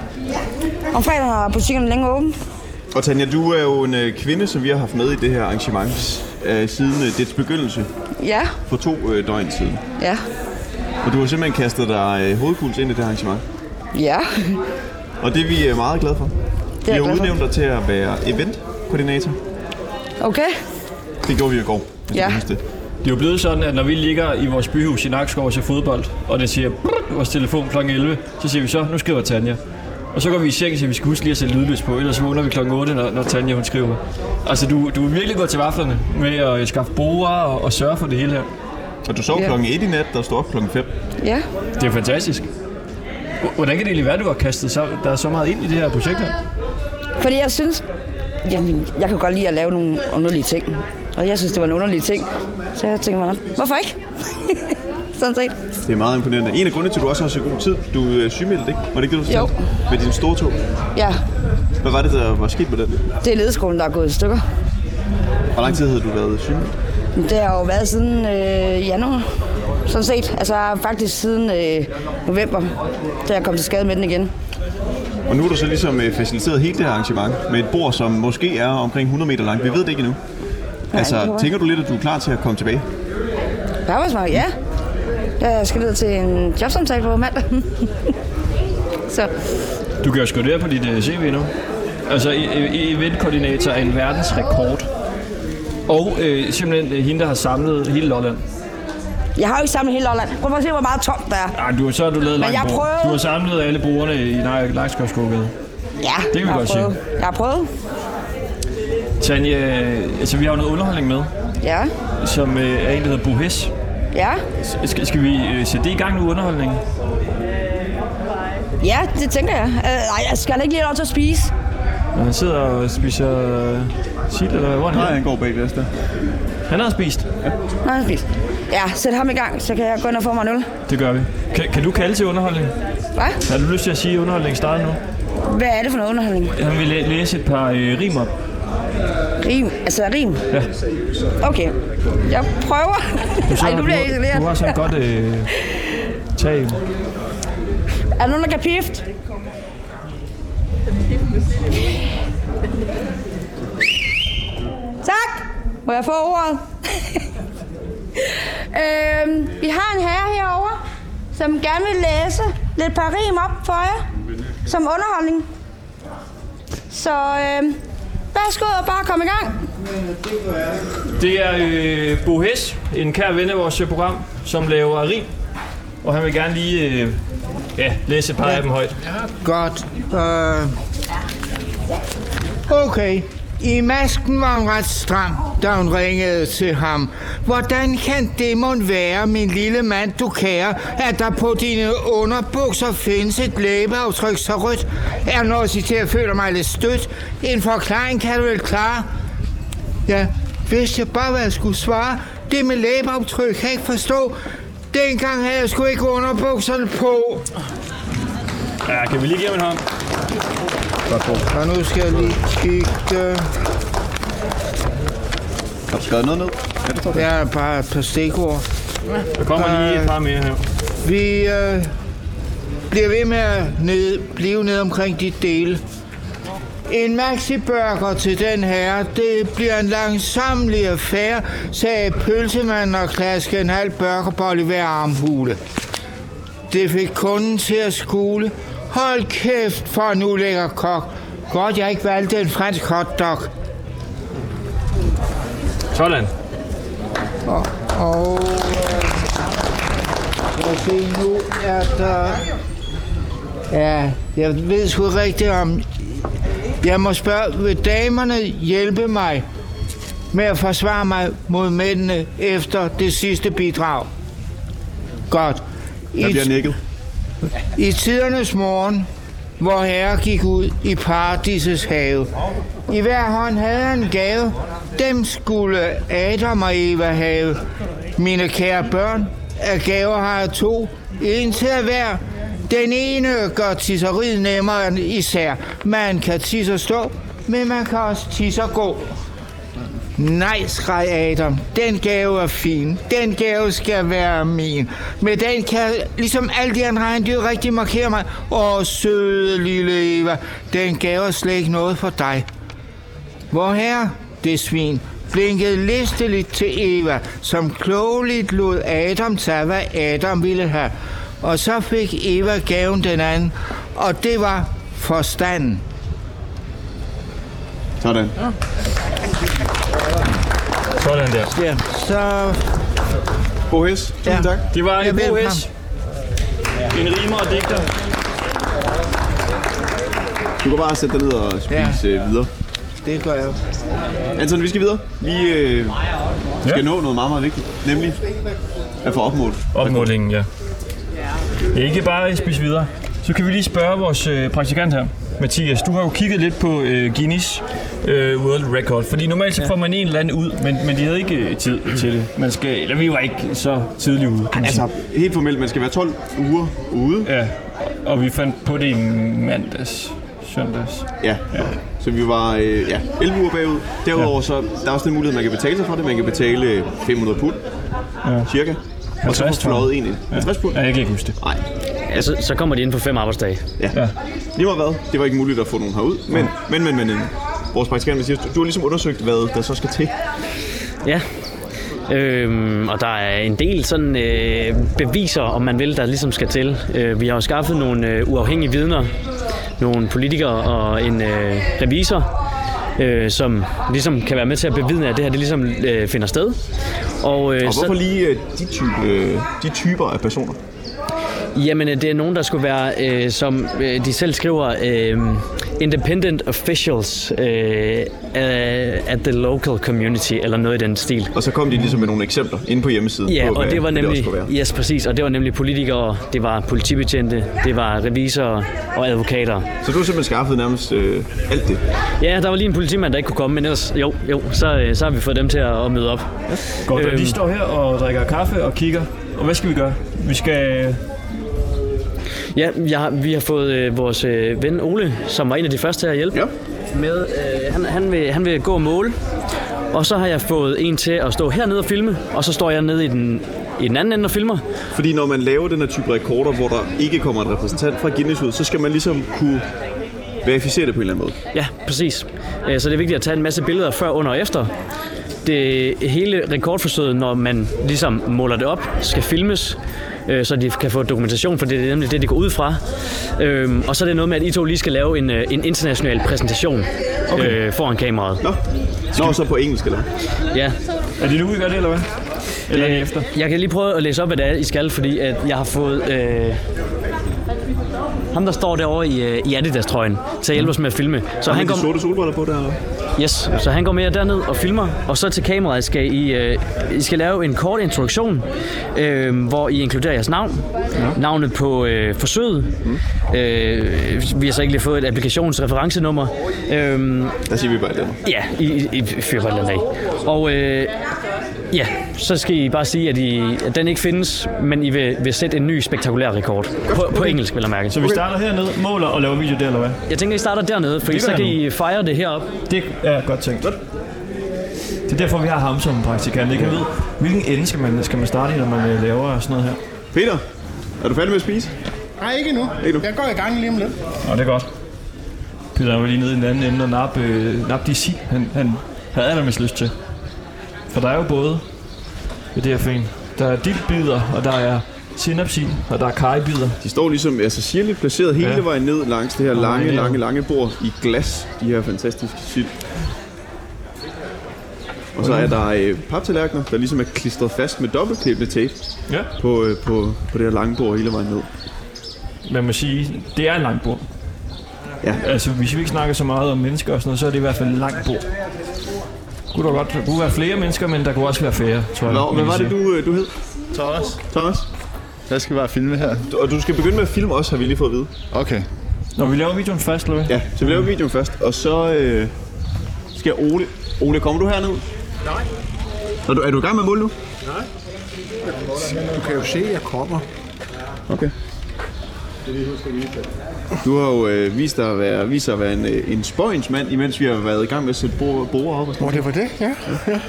Om fredagen har butikkerne længere åbent. Og Tanja, du er jo en øh, kvinde, som vi har haft med i det her arrangement øh, siden øh, dets begyndelse. Ja. For to øh, døgn siden. Ja. Og du har simpelthen kastet dig øh, hovedkuls ind i det her arrangement. Ja. Og det er vi øh, meget glade for. Det vi er har glad for. udnævnt dig til at være eventkoordinator. Okay. Det gjorde vi i går. Ja. Det. Det er jo blevet sådan, at når vi ligger i vores byhus i Nakskov og ser fodbold, og det siger brrr, vores telefon klokken elleve, så siger vi så, nu skriver Tanja. Og så går vi i seng, så vi skal huske lige at sætte lydløs på, ellers vågner vi klokken otte, når, når Tanja hun skriver. Altså, du, du er virkelig gået til vaflerne med at skaffe borde og, og sørge for det hele her. Og du sov Ja. klokken et i nat, der står op klokken fem. Ja. Det er fantastisk. Hvordan kan det egentlig være, at du har kastet så, der er så meget ind i det her projekt her? Fordi jeg synes, jamen, jeg kan godt lide at lave nogle underlige ting. Og jeg synes, det var en underlig ting. Så jeg tænkte mig, hvorfor ikke? Sådan set. Det er meget imponerende. En af grundene til, at du også har så god tid, du er sygemeldt, ikke? Var det ikke det, du Jo. sagde? Med din store tog. Ja, Hvad var det, der var sket med den? det er ledeskolen, der er gået i stykker. Hvor lang tid havde du været sygemeldt? Det har jo været siden øh, januar. Sådan set. Altså faktisk siden øh, november, da jeg kom til skade med den igen. Og nu har du så ligesom øh, faciliteret hele det her arrangement med et bord, som måske er omkring hundrede meter langt. Vi ved det ikke endnu. Nej, Altså, det var- tænker du lidt, at du er klar til at komme tilbage? På arbejdsmarkedet, ja. Jeg skal ned til en jobsamtale på mandag. Så Du kan jo skrive det her på dit uh, C V nu. Altså, e- e- eventkoordinator er en verdensrekord. Og øh, simpelthen øh, hende, der har samlet hele Lolland. jeg har jo ikke samlet hele Lolland. Prøv at se, hvor meget tomt der er. Ej, du, så har du lavet Men langt jeg bord. prøvede. Du har samlet alle brugerne i Nakskov-skogade. Ja, Det kan vi jeg har godt prøvet. sige. Jeg har prøvet. Tanja, altså vi har jo noget underholdning med, Ja. som øh, er en, der hedder Bo Hes. Ja. Skal, skal vi øh, sætte det i gang nu, underholdningen? Ja, det tænker jeg. Uh, nej, jeg skal ikke lige have lov til at spise. Og han sidder og spiser øh, sild, eller hvor Nej, han går bagved der. Han har spist? Ja. Han har spist. Ja, sæt ham i gang, så kan jeg gå ind og få mig en øl. Det gør vi. Kan, kan du kalde til underholdning? Hvad? Har du lyst til at sige, at underholdningen starter nu? Hvad er det for noget underholdning? Han vil læ- læse et par øh, rim op. Rim? Altså rim? Ja. Okay. Jeg prøver. Ej, nu bliver jeg isoleret. Du har så godt øh, tag. Er der nogen, der kan pift? Tak. Må jeg få ordet? øhm, vi har en herre herovre, som gerne vil læse lidt par rim op for jer, som underholdning. Så øhm, værsgo og bare komme i gang. Det er øh, Bo Hes, en kær ven af vores program, som laver rim. Og han vil gerne lige øh, ja, læse et par ja. af dem højt. Godt. Uh, okay. I masken var hun ret stram, da hun ringede til ham. Hvordan kan det mon være, min lille mand, du kære, at der på dine underbukser findes et læbeaftryk så rødt? Er noget til at føle mig lidt stødt? En forklaring kan du vel klare? Ja, hvis jeg bare hvad jeg skulle svare. Det med læbeaftryk kan jeg ikke forstå. Dengang havde jeg sgu ikke underbukserne på. Ja, kan vi lige give ham en hånd? Og nu skal jeg lige kigge. Har du skrevet noget ned? Ja, det tror jeg. Ja, bare et par stikord. Der kommer lige et par mere her. Vi øh, bliver ved med at ned, blive ned omkring de dele. En maxi-burger til den her, det bliver en langsomlig affære, sagde pølsemanden og klaskede en halv burgerbolle i hver armhule. Det fik kunden til at skule. Hold kæft for en ulækker kok. Godt, jeg ikke valgte en fransk hotdog. Sådan. Og, og jeg se, nu er der... Ja, jeg ved sgu rigtigt om... Jeg må spørge, vil damerne hjælpe mig med at forsvare mig mod mændene efter det sidste bidrag? Godt. Der bliver nikket. I tidernes morgen, hvor herre gik ud i paradisets have. I hver hånd havde han en gave. Dem skulle Adam og Eva have. Mine kære børn, af gaver har jeg to. En til hver. Den ene gør tisseriet nemmere end især. Man kan tisse og stå, men man kan også tisse og gå. Nej, skreg Adam. Den gave er fin. Den gave skal være min. Men den kan, ligesom alle de andre regndyr, rigtig markere mig. Åh, søde lille Eva. Den gave er slet ikke noget for dig. Hvor her, det svin, blinkede listeligt til Eva, som klogeligt lod Adam tage, hvad Adam ville have. Og så fik Eva gaven den anden, og det var forstanden. Sådan. Ja. Sådan der. Ja, så... Bo Hes, tusind ja. tak. Det var en Bo Hes. En rimer og digter. Du kan bare sætte dig ned og spise ja. videre. Det gør jeg. Anton, vi skal videre. Vi øh, skal ja. nå noget meget, meget vigtigt. Nemlig at få opmålt. Opmålingen, ja. Ikke bare spise videre. Så kan vi lige spørge vores øh, praktikant her, Mathias. Du har jo kigget lidt på øh, Guinness øh, World Record, fordi normalt så får man en eller anden ud, men, men de havde ikke øh, tid til det. Man skal, eller vi var ikke så tidligt ude. Altså, helt formelt, man skal være tolv uger ude. Ja, og vi fandt på det i mandags, søndags. Ja, ja. Så vi var øh, ja, elleve uger bagud. Derudover ja. så der er også den mulighed, man kan betale sig for det. Man kan betale fem hundrede pund, ja. cirka. Og så får fløjet en halvtreds pund. Ja, jeg kan ikke huske det. Nej. Ja, så, så kommer de ind på fem arbejdsdage. Ja. ja. Lige meget hvad. Det var ikke muligt at få nogen herud. Men, men, men, men, vores praktikant Mathias, du har ligesom undersøgt, hvad der så skal til. Ja. Øhm, og der er en del sådan øh, beviser, om man vil, der ligesom skal til. Øh, vi har jo skaffet nogle øh, uafhængige vidner, nogle politikere og en øh, revisor, øh, som ligesom kan være med til at bevidne, at det her det ligesom øh, finder sted. Og, øh, og hvorfor så, lige øh, de, type, øh, de typer af personer? Jamen, det er nogen, der skulle være, øh, som øh, de selv skriver, øh, independent officials øh, at the local community, eller noget i den stil. Og så kom de ligesom med nogle eksempler inde på hjemmesiden. Ja, på, og hvad, det var nemlig, det yes, præcis, og det var nemlig politikere, det var politibetjente, det var revisorer og advokater. Så du har simpelthen skaffet nærmest øh, alt det? Ja, der var lige en politimand, der ikke kunne komme, men ellers, jo, jo, så, så har vi fået dem til at, at møde op. Ja. Godt, øhm, de står her og drikker kaffe og kigger. Og hvad skal vi gøre? Vi skal... Ja, jeg har, vi har fået øh, vores øh, ven Ole, som var en af de første til at hjælpe. Ja. Med, øh, han, han, vil, han vil gå og måle. Og så har jeg fået en til at stå hernede og filme, og så står jeg nede i den, i den anden ende og filmer. Fordi når man laver den her type rekorder, hvor der ikke kommer en repræsentant fra Guinness ud, så skal man ligesom kunne verificere det på en eller anden måde. Ja, præcis. Så det er vigtigt at tage en masse billeder før, under og efter. Det hele rekordforsøget, når man ligesom måler det op, skal filmes, så de kan få dokumentation, for det er nemlig det, de går ud fra. Og så er det noget med, at I to lige skal lave en, en international præsentation okay. øh, foran kameraet. Nå, Nå så på engelsk, eller? Ja. Er det nu, I gør det, eller hvad? Eller øh, efter? Jeg kan lige prøve at læse op, hvad det er, I skal, fordi at jeg har fået... Øh, ham, der står derovre i, i Adidas-trøjen, til at hjælpe os med at filme. Så han, han går de sorte solbriller på der, eller? Yes, så han går med derned og filmer, og så til kameraet skal I, øh, I skal lave en kort introduktion, øh, hvor I inkluderer jeres navn, ja. navnet på øh, forsøget. Mm. Øh, vi har så ikke lige fået et applikationsreferencenummer. Øh, der siger vi bare det. Ja, I, I, I fyrer bare den af. Og øh, ja, så skal I bare sige, at, I, at den ikke findes, men I vil, vil sætte en ny spektakulær rekord. På, okay. på engelsk, vil jeg mærke. Så vi starter hernede, måler og laver video der, eller hvad? Jeg tænker, I starter dernede, for så kan I fejre det heroppe. Det er godt tænkt. Det er derfor, vi har ham som praktikant. Jeg kan vide, hvilken ende skal man, skal man starte i, når man laver sådan noget her. Peter, er du færdig med at spise? Nej, ikke endnu. Ikke nu. Jeg går i gang lige om lidt. Nå, det er godt. Peter var lige nede i den anden ende og nap, øh, nap de sig, han, han havde allermest lyst til. For der er jo både ved det her fæn. Der er dildbider, og der er sinapsil, og der er kajbider. De står ligesom altså sirligt placeret hele ja. vejen ned langs det her lange, lange, lange, lange bord i glas. De her fantastiske sild. Og så er der øh, paptallerkener, der ligesom er klistret fast med dobbeltklæbende tape ja. på, øh, på, på det her lange bord hele vejen ned. Man må sige, det er en lang bord. Ja. Altså, hvis vi ikke snakker så meget om mennesker og sådan noget, så er det i hvert fald en lang bord. Kunne der godt kunne være flere mennesker, men der kunne også være færre, tror jeg. Nå, hvad var det, du, du hed? Thomas. Thomas? Jeg skal bare filme her. Og du skal begynde med at filme også, har vi lige fået at vide. Okay. Når vi laver videoen først, eller hvad? Ja, så vi laver videoen først, og så øh, skal Ole... Ole, kommer du herned? Nej. Er du, er du i gang med at måle nu? Nej. Du kan jo se, at jeg kommer. Okay. Du har jo øh, vist dig at være, vist dig at være en, en spøjensmand, imens vi har været i gang med at sætte bord, bord op og sådan. Åh, det var det, ja. ja.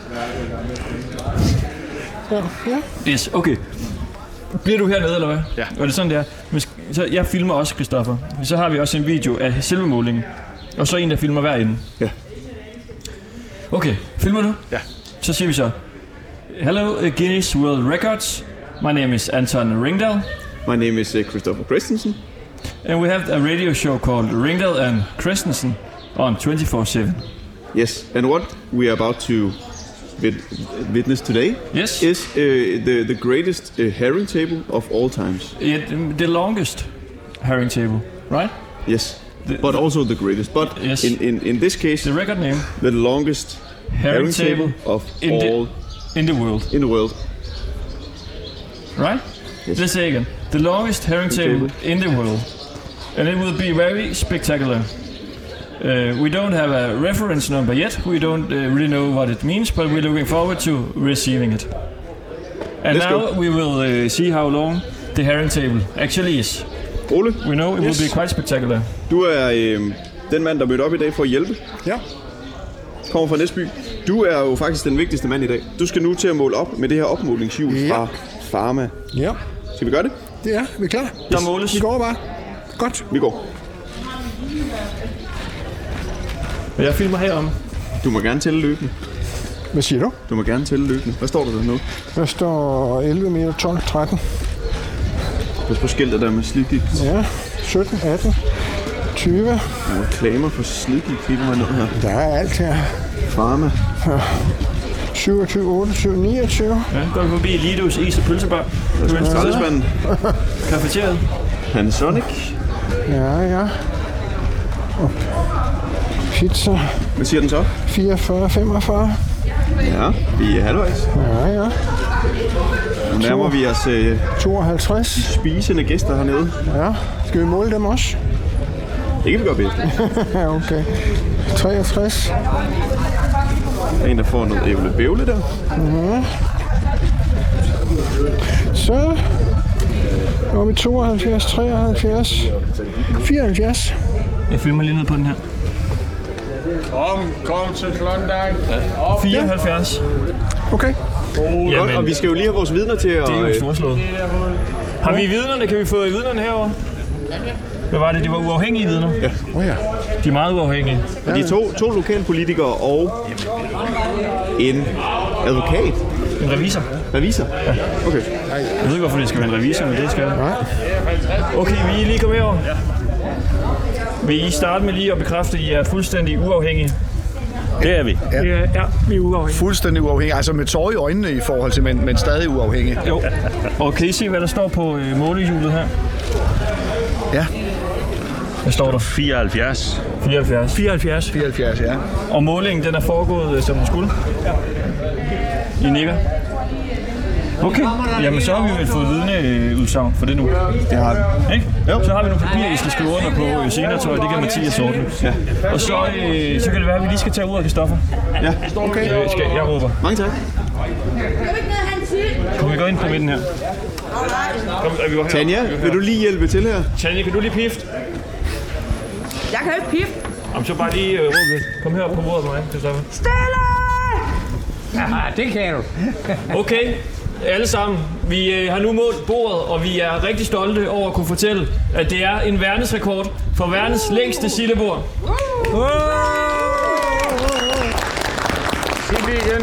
ja. ja. Yes, okay. Bliver du hernede, eller hvad? Ja. Er det sådan, det er? Så jeg filmer også, Christoffer. Så har vi også en video af selve målingen. Og så en, der filmer hver ende. Ja. Okay, filmer du? Ja. Så siger vi så. Hello, uh, Guinness World Records. My name is Anton Ringdal. My name is uh, Christopher Christensen. And we have a radio show called Ringdal and Christensen on twenty-four seven. Yes, and what we are about to wit- witness today yes. is uh, the, the greatest uh, herring table of all times. It, the longest herring table, right? Yes, the, but also the greatest. But yes. in, in, in this case, the record name, the longest herring, herring table, table of in all the, in the world. In the world, right? Yes. Let's say again. The longest herring table, table in the world. And it will be very spectacular. Uh, we don't have a reference number yet. We don't uh, really know what it means, but we're looking forward to receiving it. And Let's now go. we will uh, see how long the herring table actually is. Ole? We know it yes. will be quite spectacular. Du er øh, den mand, der mødte op i dag for at hjælpe. Ja. Kommer fra Næsby. Du er jo faktisk den vigtigste mand i dag. Du skal nu til at måle op med det her opmålingshjul ja. fra Pharma. Ja. Skal vi gøre det? Det er, vi er klar. Yes. Der måles. Vi går bare. Godt. Vi går. Jeg filmer herom. Du må gerne tælle løbende. Hvad siger du? Du må gerne tælle løbende. Hvad står der der nu? Der står elleve meter, tolv, tretten. Pas på skiltet der med slidgigt. Ja, sytten, atten, tyve. Der er reklamer for slidgigt hele vejen ned her. Der er alt her. Pharma. Ja. syvogtyve, otteogtyve, niogtyve. Ja, går vi forbi Lidos Is og Pølsebar. Skraldespanden. Cafeteriet. Panasonic. Ja, ja. Og pizza. Hvad siger den så? fireogfyrre, femogfyrre. Ja, vi er halvvejs. Ja, ja. Nu nærmer vi os øh, tooghalvtreds. De spisende gæster hernede. Ja, skal vi måle dem også? Det kan vi gøre bedst. Okay. treogtres. Der er en, der får noget ævle bævle der. Mm-hmm. Så er vi tooghalvfjerds, treoghalvfjerds, fireoghalvfjerds. Jeg filmer lige ned på den her. Kom, kom til Klondike. Ja. fireoghalvfjerds. Okay. Oh, jamen, og vi skal jo lige have vores vidner til at... Det er jo storslået. Har vi vidnerne? Kan vi få vidnerne herover? Hvad var det? Det var uafhængige vidner? Ja. Oh, ja. De er meget uafhængige. Og de er to, to lokalpolitikere og en advokat. En revisor. Revisor? Ja. Okay. Jeg ved ikke, hvorfor det skal være en revisor, men det skal det. Okay, vi er lige kommet herover. Vil I starte med lige at bekræfte, at I er fuldstændig uafhængige? Det er vi. Ja, ja, ja vi er uafhængige. Fuldstændig uafhængige. Altså med tår i øjnene i forhold til, men, men stadig uafhængige. Jo. Og kan I se, hvad der står på øh, målehjulet her? Ja. Hvad står der? fireoghalvfjerds. fireoghalvfjerds. fireoghalvfjerds. fireoghalvfjerds, ja. Og målingen, den er foregået, øh, som den skulle? Ja. I nikker? Okay, jamen så har vi vel fået vidneudsagn for det nu. Det har vi. Ikke? Jo. Så har vi nogle papirer, I skal skrive under på øh, senere, tror jeg. Det kan Mathias ordne. Ja. Og så, øh, så kan det være, at vi lige skal tage ud af Kristoffer. Ja. Okay. Øh, skal, jeg råber. Mange tak. Kan vi gå ind på midten her? Kom, er vi her? Tanja, vil du lige hjælpe til her? Tanja, kan du lige pifte? Jeg kan ikke pifte. Jamen, så bare lige øh, råbe lidt. Kom her på bordet med mig, Kristoffer. Stille! Ja, det kan du. Okay, alle sammen. Vi øh, har nu målt bordet, og vi er rigtig stolte over at kunne fortælle, at det er en verdensrekord for verdens længste sildebord. Uh! Sig det igen.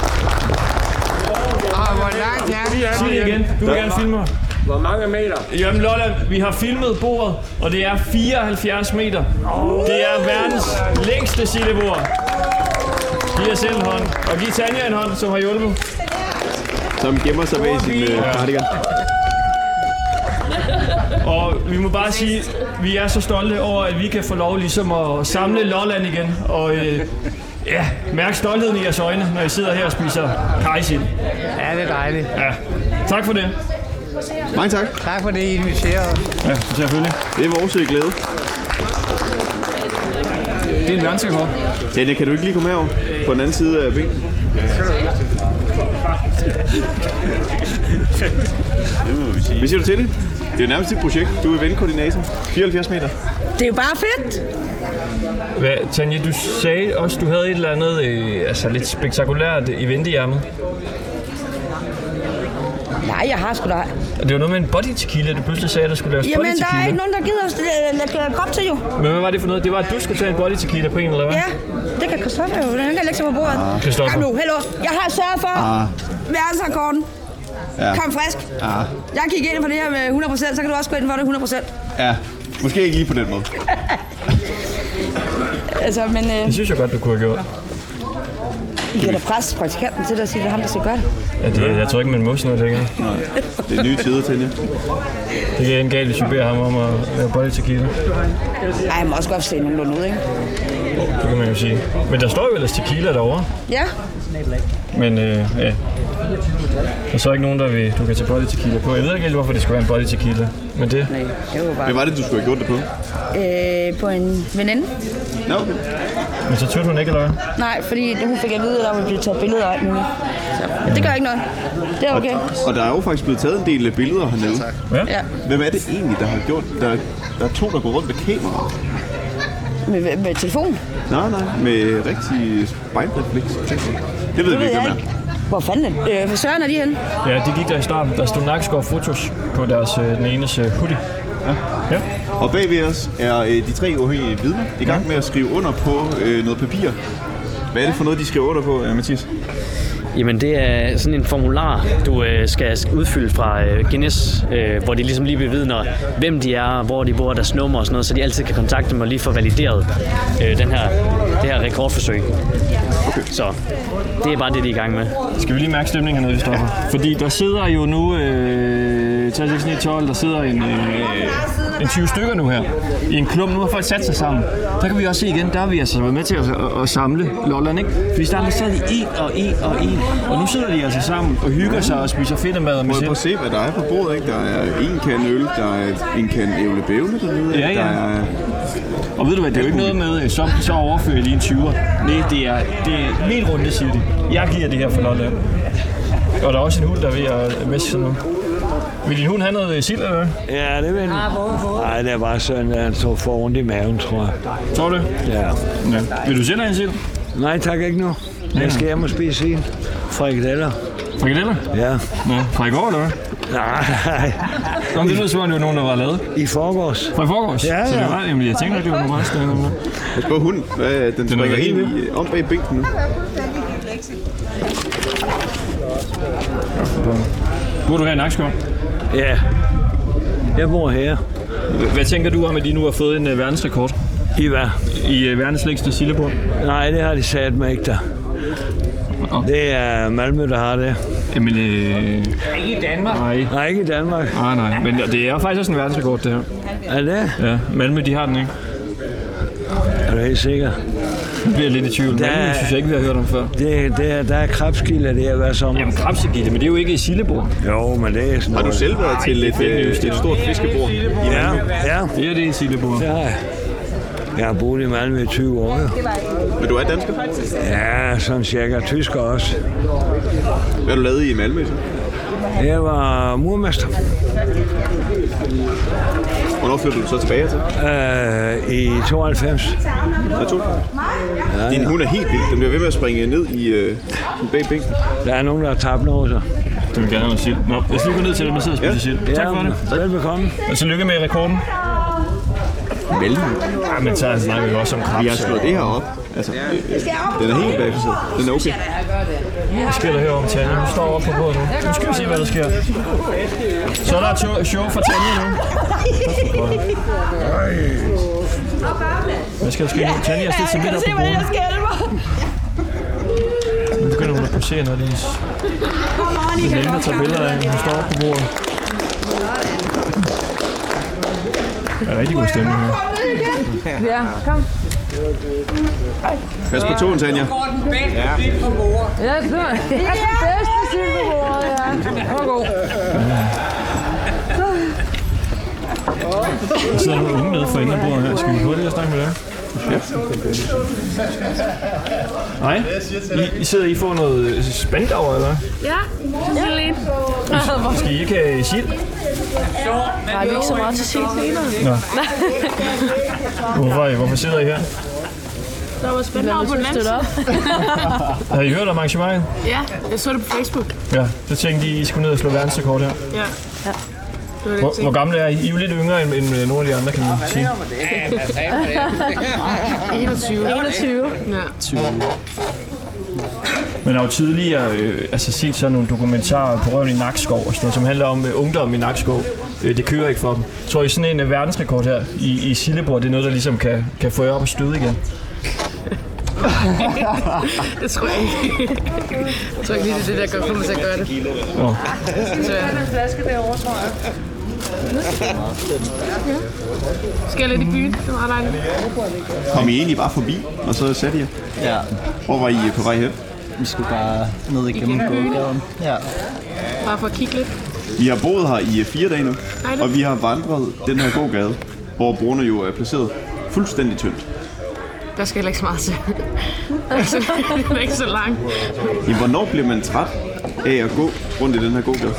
Og hvor langt er vi? Sig det igen. Du vil gerne filme mig. Hvor mange meter? Jamen Lolland, vi har filmet bordet, og det er fireoghalvfjerds meter. Det er verdens længste sildebord. Giv os selv en hånd, og giv Tanja en hånd, som har hjulpet. Som gemmer sig bag sin øh, cardigan. Og vi må bare sige, at vi er så stolte over, at vi kan få lov ligesom at samle Lolland igen. Og øh, ja, mærke stoltheden i jeres øjne, når I sidder her og spiser kajsild. Ja, det er dejligt. Ja, tak for det. Mange tak. Tak for det, I inviterer os. Ja, selvfølgelig. Det er vores glæde. Det er en verdensrekord. Tanja, kan du ikke lige komme herover på den anden side af bænken? Hvad siger du til det? Det er nærmest et projekt. Du er eventkoordinator. fireoghalvfjerds meter. Det er jo bare fedt. Hvad, Tanja, du sagde også, du havde et eller andet øh, altså lidt spektakulært event i ærmet. Nej, jeg har sgu da. Det var noget med en body tequila, du pludselig sagde, at der skulle laves body Jamen, tequila. der er ikke nogen, der gider os lægge kop til, jo. Men hvad var det for noget? Det var, at du skulle tage en body tequila på en, eller hvad? Ja, det kan Kristoffer jo. Den kan lægge sig på bordet. Ah, Kristoffer. Kom nu, hello. Jeg har sørget for Ah. verdensrekorden. Ja. Kom frisk. Ah. Jeg gik ind for det her med hundrede procent, så kan du også gå ind for det hundrede procent. Ja, måske ikke lige på den måde. Altså, men... Øh, Det synes jeg godt, du kunne have gjort. I kan da presse praktikanten til at sige, at det er ham, der skal gøre det. Ja, det, jeg tror ikke, man må sådan noget længere. Nej, det er nye tider, Tanja. Det kan en galt, hvis vi beder ham om at lave body tequila. Ej, jeg må også godt se nogenlunde ud, ikke? Det kan man jo sige. Men der står jo ellers tequila derovre. Ja. Men øh, ja. Der er så ikke nogen, der vil, du kan tage body tequila på. Jeg ved ikke helt, hvorfor det skulle være en body tequila. Men det... Nej, det var bare... Hvad var det, du skulle have gjort det på? Øh, på en veninde. Nå, okay. Men så tødte hun ikke, eller hvad? Nej, fordi hun fik at vide, at der ville blive taget billeder af alt muligt. Så det gør ikke noget. Det er okay. Og, og der er jo faktisk blevet taget en del billeder hernede. Ja. Ja. Hvem er det egentlig, der har gjort? Der, der er to, der går rundt med kamera. Med, med telefon? Nej, nej. Med rigtig spejlrefleks. Det ved vi ikke, hvem er. Hvor fanden er øh, Søren er de henne? Ja, de gik der i starten. Der stod Nakskov Fotos på deres, øh, den enes øh, hoodie. Ja. Ja. Og bagved os er øh, de tre uafhængige vidner i gang med at skrive under på øh, noget papir. Hvad er det for noget, de skriver under på, øh, Mathias? Jamen det er sådan en formular, du øh, skal udfylde fra øh, Guinness, øh, hvor de ligesom lige bevidner, hvem de er, hvor de bor, deres nummer og sådan noget, så de altid kan kontakte dem og lige få valideret øh, den her, det her rekordforsøg. Okay. Så det er bare det, de er i gang med. Skal vi lige mærke stemningen hernede, Stoffer? Fordi der sidder jo nu, øh, tre seks ni tolv, der sidder en, øh, en tyve stykker nu her, i en klump. Nu har folk sat sig sammen. Der kan vi også se igen, der har vi altså været med til at, at, at samle Lolland, ikke? Fordi der sad de en og en og en, og nu sidder de altså sammen og hygger sig og spiser fedtemad med selv. Prøv at se, hvad der er på bordet, ikke? Der er en kan øl, der er en kan ævlebævle dernede, ja, ja. Der er... Og ved du hvad, det er jo ikke noget med, så, så overfører lige en tyver. Nej, det er, det er helt rundt, det siger de. Jeg giver det her for Lolland. Og der er også en hund, der er ved at miste sådan noget. Vil din hund have noget sild, eller hvad? Ja, det vil den. Nej, det er bare sådan, at han tog for ondt i maven, tror jeg. Tror du det? Ja. Ja. Vil du selv have en sild? Nej, tak, ikke nu. Jeg skal hjem og spise en. Frikadeller. Frikadeller? Ja. Nå, fra i går, eller hvad? Nej. Nå, det lød som om, det var nogen, der var lavet. I forgårs. Fra i forgårs? Ja, ja. Så det var, jamen, jeg tænker, at det var nogle rester. Jeg spørger hunden. Den, den springer helt i, om bag bænken nu. Bor du her i Nakskov? Ja. Jeg bor her. Hvad tænker du om, at de nu har fået en uh, verdensrekord? I hvad? I uh, verdens længste sildebord? Nej, det har de sagt mig ikke der. Oh. Det er Malmø, der har det. Jamen, øh... Ikke i Danmark. Nej. Nej, ikke i Danmark. Nej, nej. Men det er faktisk også en verdensrekord, det her. Er det? Ja, Malmø, de har den, ikke? Er du helt sikker? Jeg bliver lidt i tvivl. Der, Malmø synes jeg ikke, vi har hørt om før. Det, det er, der er krabskilder, det er hver sommer. Jamen, krabskilder, men det er jo ikke i sildebord. Jo, men det er sådan Har du selv været til et, et, et stort fiskebord? Ja, ja. Det er det i sildebord. Ja. Jeg har boet i Malmø i tyve år. Men du er dansker? Ja, sådan cirka. Tysker også. Hvad har du lavet i Malmø så? Jeg var murmester. Hvornår flyttede du så tilbage til? Uh, I tooghalvfems. Ja, to. Ja, din hund er helt vild. Den bliver ved med at springe ned i uh, bag bænken. Der er nogen, der har tabt den over sig. Det vil gerne have noget sild. Nå, jeg skal gå ned til dig, man sidder og spiser sild. Ja, tak for det. Velbekomme. Og så lykke med rekorden. Vældig. Ja, men så snakker vi også om krabs. Vi har slået det her op. Altså, den er helt bagfiseret. Den er okay. Hvad sker der her om Tanja? Hun står oppe på bordet nu. Nu skal vi se, hvad der sker. Så er der et show, show for Tanja nu. Hvad skal der ske nu? Tanja er stillet sig midt op på bordet. Nu begynder hun at posere, når de er længe, der tager billeder af hende. Hun står oppe på bordet. Der er rigtig god stemning her. Ja, kom. Pas på tåen, Tanja. Ja, det er den bedste sild på bordet, ja. Den var god. Der sidder nogle unge nede for enden af bordet her. Skal vi hurtigt at snakke med jer? Ja. Nej, I, I sidder I får noget spændt over, eller hvad? Ja, det er lidt. Skal I ikke have sild? Nej, vi er ikke så meget til sild. Nå. Hvorfor, hvorfor sidder I her? Der var spændt over på den anden side. Har I hørt om arrangementet? Ja, jeg så det på Facebook. Ja, så tænkte I, I skulle ned og slå verdensrekord her. Ja. Ja. Hvor, hvor gamle er I? I er jo lidt yngre end, end nogle af de andre, kan man sige. enogtyve. enogtyve. Ja. Man har jo tidligere øh, altså set sådan nogle dokumentarer på Røven i Nakskov, og sådan noget, som handler om øh, ungdom i Nakskov. Øh, det kører ikke for dem. Tror I sådan en øh, verdensrekord her i, i sildebord, det er noget, der ligesom kan, kan få jer op og støde igen? Det tror jeg ikke. Jeg tror ikke lige, det er det, der kommer til at gøre det. Nå. Så jeg har en flaske derovre, tror jeg. Skal jeg lidt i byen? Det var ret dejligt. Kom I egentlig bare forbi, og så satte I jer? Ja. Hvor var I på vej hen? Vi skulle bare ned igennem gågaden. Ja. Bare for at kigge lidt. Vi har boet her i fire dage nu, Dejligt. og vi har vandret den her gågade, hvor broerne jo er placeret fuldstændig tyndt. Der skal heller ikke så meget til. Det er ikke så langt. I hvornår bliver man træt af at gå rundt i den her gågade?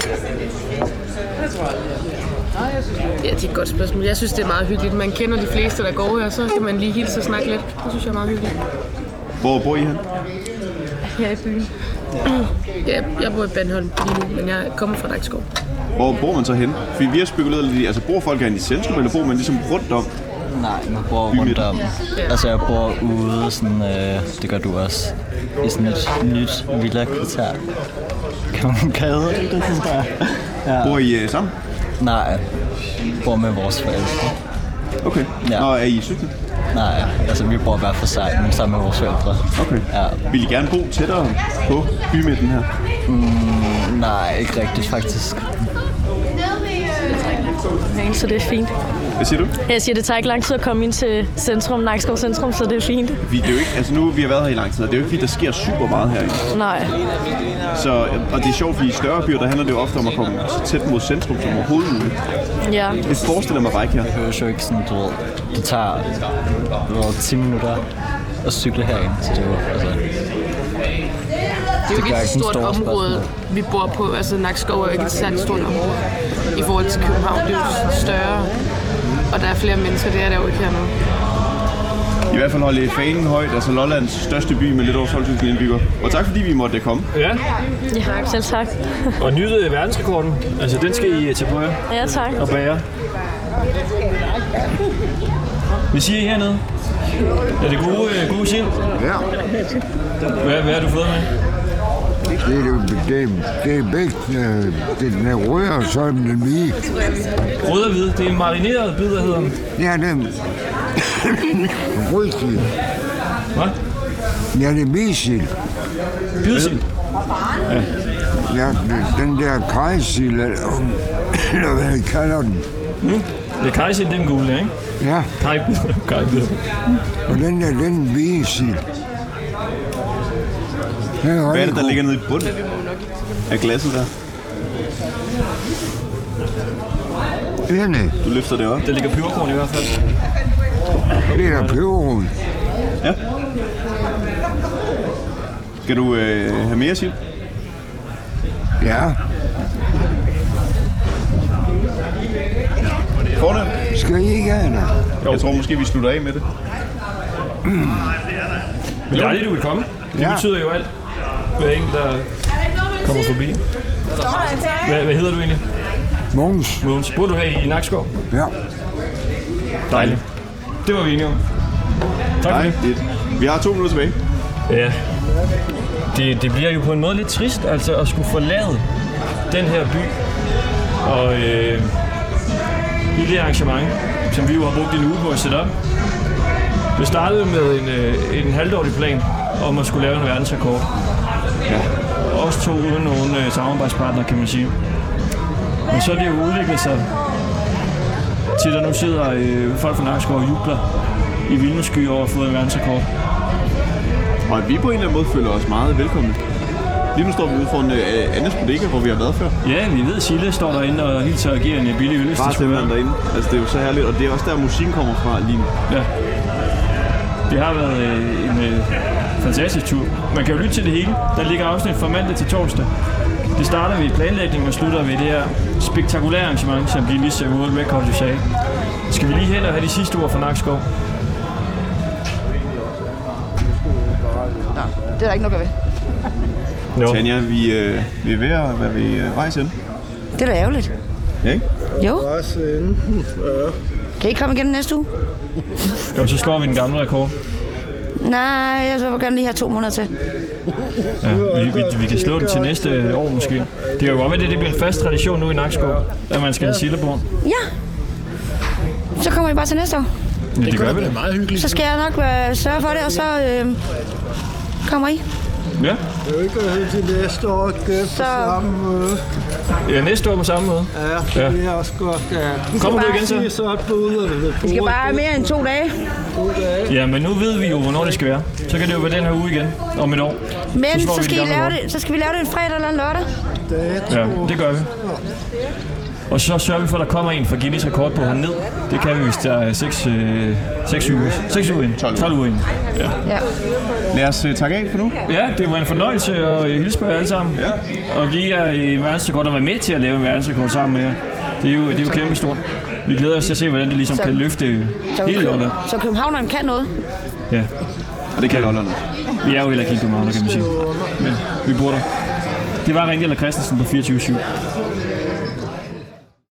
Ja, det er et godt spørgsmål. Jeg synes, det er meget hyggeligt. Man kender de fleste, der går her, så kan man lige hilse og snakke lidt. Det synes jeg er meget hyggeligt. Hvor bor I hen? Her i byen. Ja, jeg bor i Bandholm lige nu, men jeg kommer fra Nakskov. Hvor bor man så hen? Fordi vi har spekuleret lidt i, altså bor folk herinde i centrum, eller bor man ligesom rundt om Nej, man bor rundt om. Altså, jeg bor ude, sådan, øh, det gør du også, i sådan et nyt villa-kvarter. Kan man kalde det det, synes jeg? Ja. Bor I uh, sammen? Nej, bor med vores forældre. Okay. Ja. Nå, er I søskende? Nej, altså vi bor hver for sig, men sammen med vores forældre. Okay. Ja. Vil I gerne bo tættere på bymidten her? Mm, nej, ikke rigtigt faktisk. Så det er fint. Hvad siger du? Jeg siger, det tager ikke lang tid at komme ind til centrum, Nakskov Centrum, så det er fint. Vi, det er jo ikke, altså nu vi har været her i lang tid, og det er jo ikke fordi, der sker super meget herinde. Nej. Så, og det er sjovt, fordi i større byer, der handler det jo ofte om at komme så tæt mod centrum som overhovedet muligt. Ja. Jeg forestiller mig bare ikke her. Det behøver jo ikke sådan, du ved, det tager ved, ti minutter at cykle herind, så det er jo, altså... Det er jo ikke et stort område, vi bor på. Altså, Nakskov er jo ikke et særligt stort område i forhold til København. Det er jo større, og der er flere mennesker. Det er der jo ikke hernede. I hvert fald holde fanen højt, altså Lollands største by med lidt over tolv tusind indbyggere. Og tak fordi vi måtte komme. Ja. Ja, selv tak. Og nyde verdensrekorden. Altså, den skal I tage på jer. Ja, tak. Og bære. Hvad siger I hernede? Er det gode, gode sild? Ja. Hvad, hvad har du fået med? Det er, det, det er begge. Det, den er rød, og så er den hvide. Rød og hvid. Det er marineret bidder, hedder den. Ja, den rødsild. Hvad? Ja, det er hvidsild. Hvidsild? Ja. Ja, den der kajsild, eller hvad jeg kalder den. Mm. Det er kajsild, den gule, ikke? Ja. Kajbid. Og den der, den hvide sild. Hvad er det, der ligger nede i bunden af glasset der? Ene. Du løfter det op. Der ligger peberkorn i hvert fald. Det er peberkorn. Ja. Skal du øh, have mere sild? Ja. Fornemt. Skal I ikke have det? Jeg tror måske, vi slutter af med det. Men dejligt, du vil komme. Det ja. betyder jo alt. Hver en, der kommer forbi. Hvad, hvad hedder du egentlig? Mogens. Mogens. Bor du her i Nakskov? Ja. Dejligt. Det var vi enige om. Tak for det. Vi har to minutter tilbage. Ja. Det, det bliver jo på en måde lidt trist, altså at skulle forlade den her by. Og øh, hele det arrangement, som vi jo har brugt en uge på at sætte op. Det startede med en, øh, en halvdårlig plan om at skulle lave en verdensrekord. Ja. Også to uden nogen øh, samarbejdspartner, kan man sige. Men så er det jo udviklet sig til, der nu sidder øh, folk fra Nakskov og jubler i vildende sky over at få en verdensrekord. Og at vi på en eller anden måde føler os meget velkomne. Lige nu står vi ude foran øh, Annes bodega, hvor vi har været før. Ja, vi ved, Sille står derinde og hilser og giver en billig øl. Bare simpelthen derinde. Altså, det er jo så herligt, og det er også der, musikken kommer fra lige nu. Ja. Det har været øh, en øh, fantastisk tur. Man kan jo lytte til det hele. Der ligger afsnit fra mandag til torsdag. Det starter ved planlægning og slutter ved det her spektakulære arrangement, som Guinness World Record jo sagde. Skal vi lige hen og have de sidste ord fra Nakskov? Nå, det er der ikke noget at gøre ved. No. Tanja, vi, øh, vi er ved at være ved øh, vejs ende. Det er da ærgerligt. Ja, ikke? Jo. Kan I komme igen næste uge? Jo, så slår vi den gamle rekord. Nej, jeg vil gerne lige have to måneder til. Ja, vi, vi, vi kan slå det til næste år måske. Det kan jo godt være, det, det bliver en fast tradition nu i Nakskov, at man skal have sildebord. Ja. Så kommer I bare til næste år. Ja, det, det gør vi da. Meget hyggeligt. Så skal jeg nok øh, sørge for det, og så øh, kommer I. Ja. Det er jo ikke helt til næste år, det på samme måde. Ja, næste år på samme måde. Ja, det er også godt. Ja. Kommer du igen så? Så et bud, vi skal bare have mere end to dage. To dage. Ja, men nu ved vi jo, hvornår det skal være. Så kan det jo være den her uge igen, om et år. Men så, så, vi skal, I lave det, så skal vi lave det en fredag eller en lørdag. Ja, det gør vi. Og så sørger vi for, at der kommer en fra Guinness rekord på herned. Det kan vi, hvis der er seks uger. seks uger inden. tolv uger inden. Ja. Ja. Lad os uh, takke af for nu. Ja, det var en fornøjelse at hilse på jer alle sammen. Ja. Og give jer en verdensrekord og være med til at lave en verdensrekord sammen med jer. Det er jo, det er jo kæmpe stort. Vi glæder os til at se, hvordan det ligesom så, kan løfte så, hele Lolland. Så københavneren kan noget. Ja. Og det kan Lolland. Vi er jo heller ikke helt københavner, kan man sige. Men vi bor der. Det var Ringdal og Christensen på fireogtyve syv.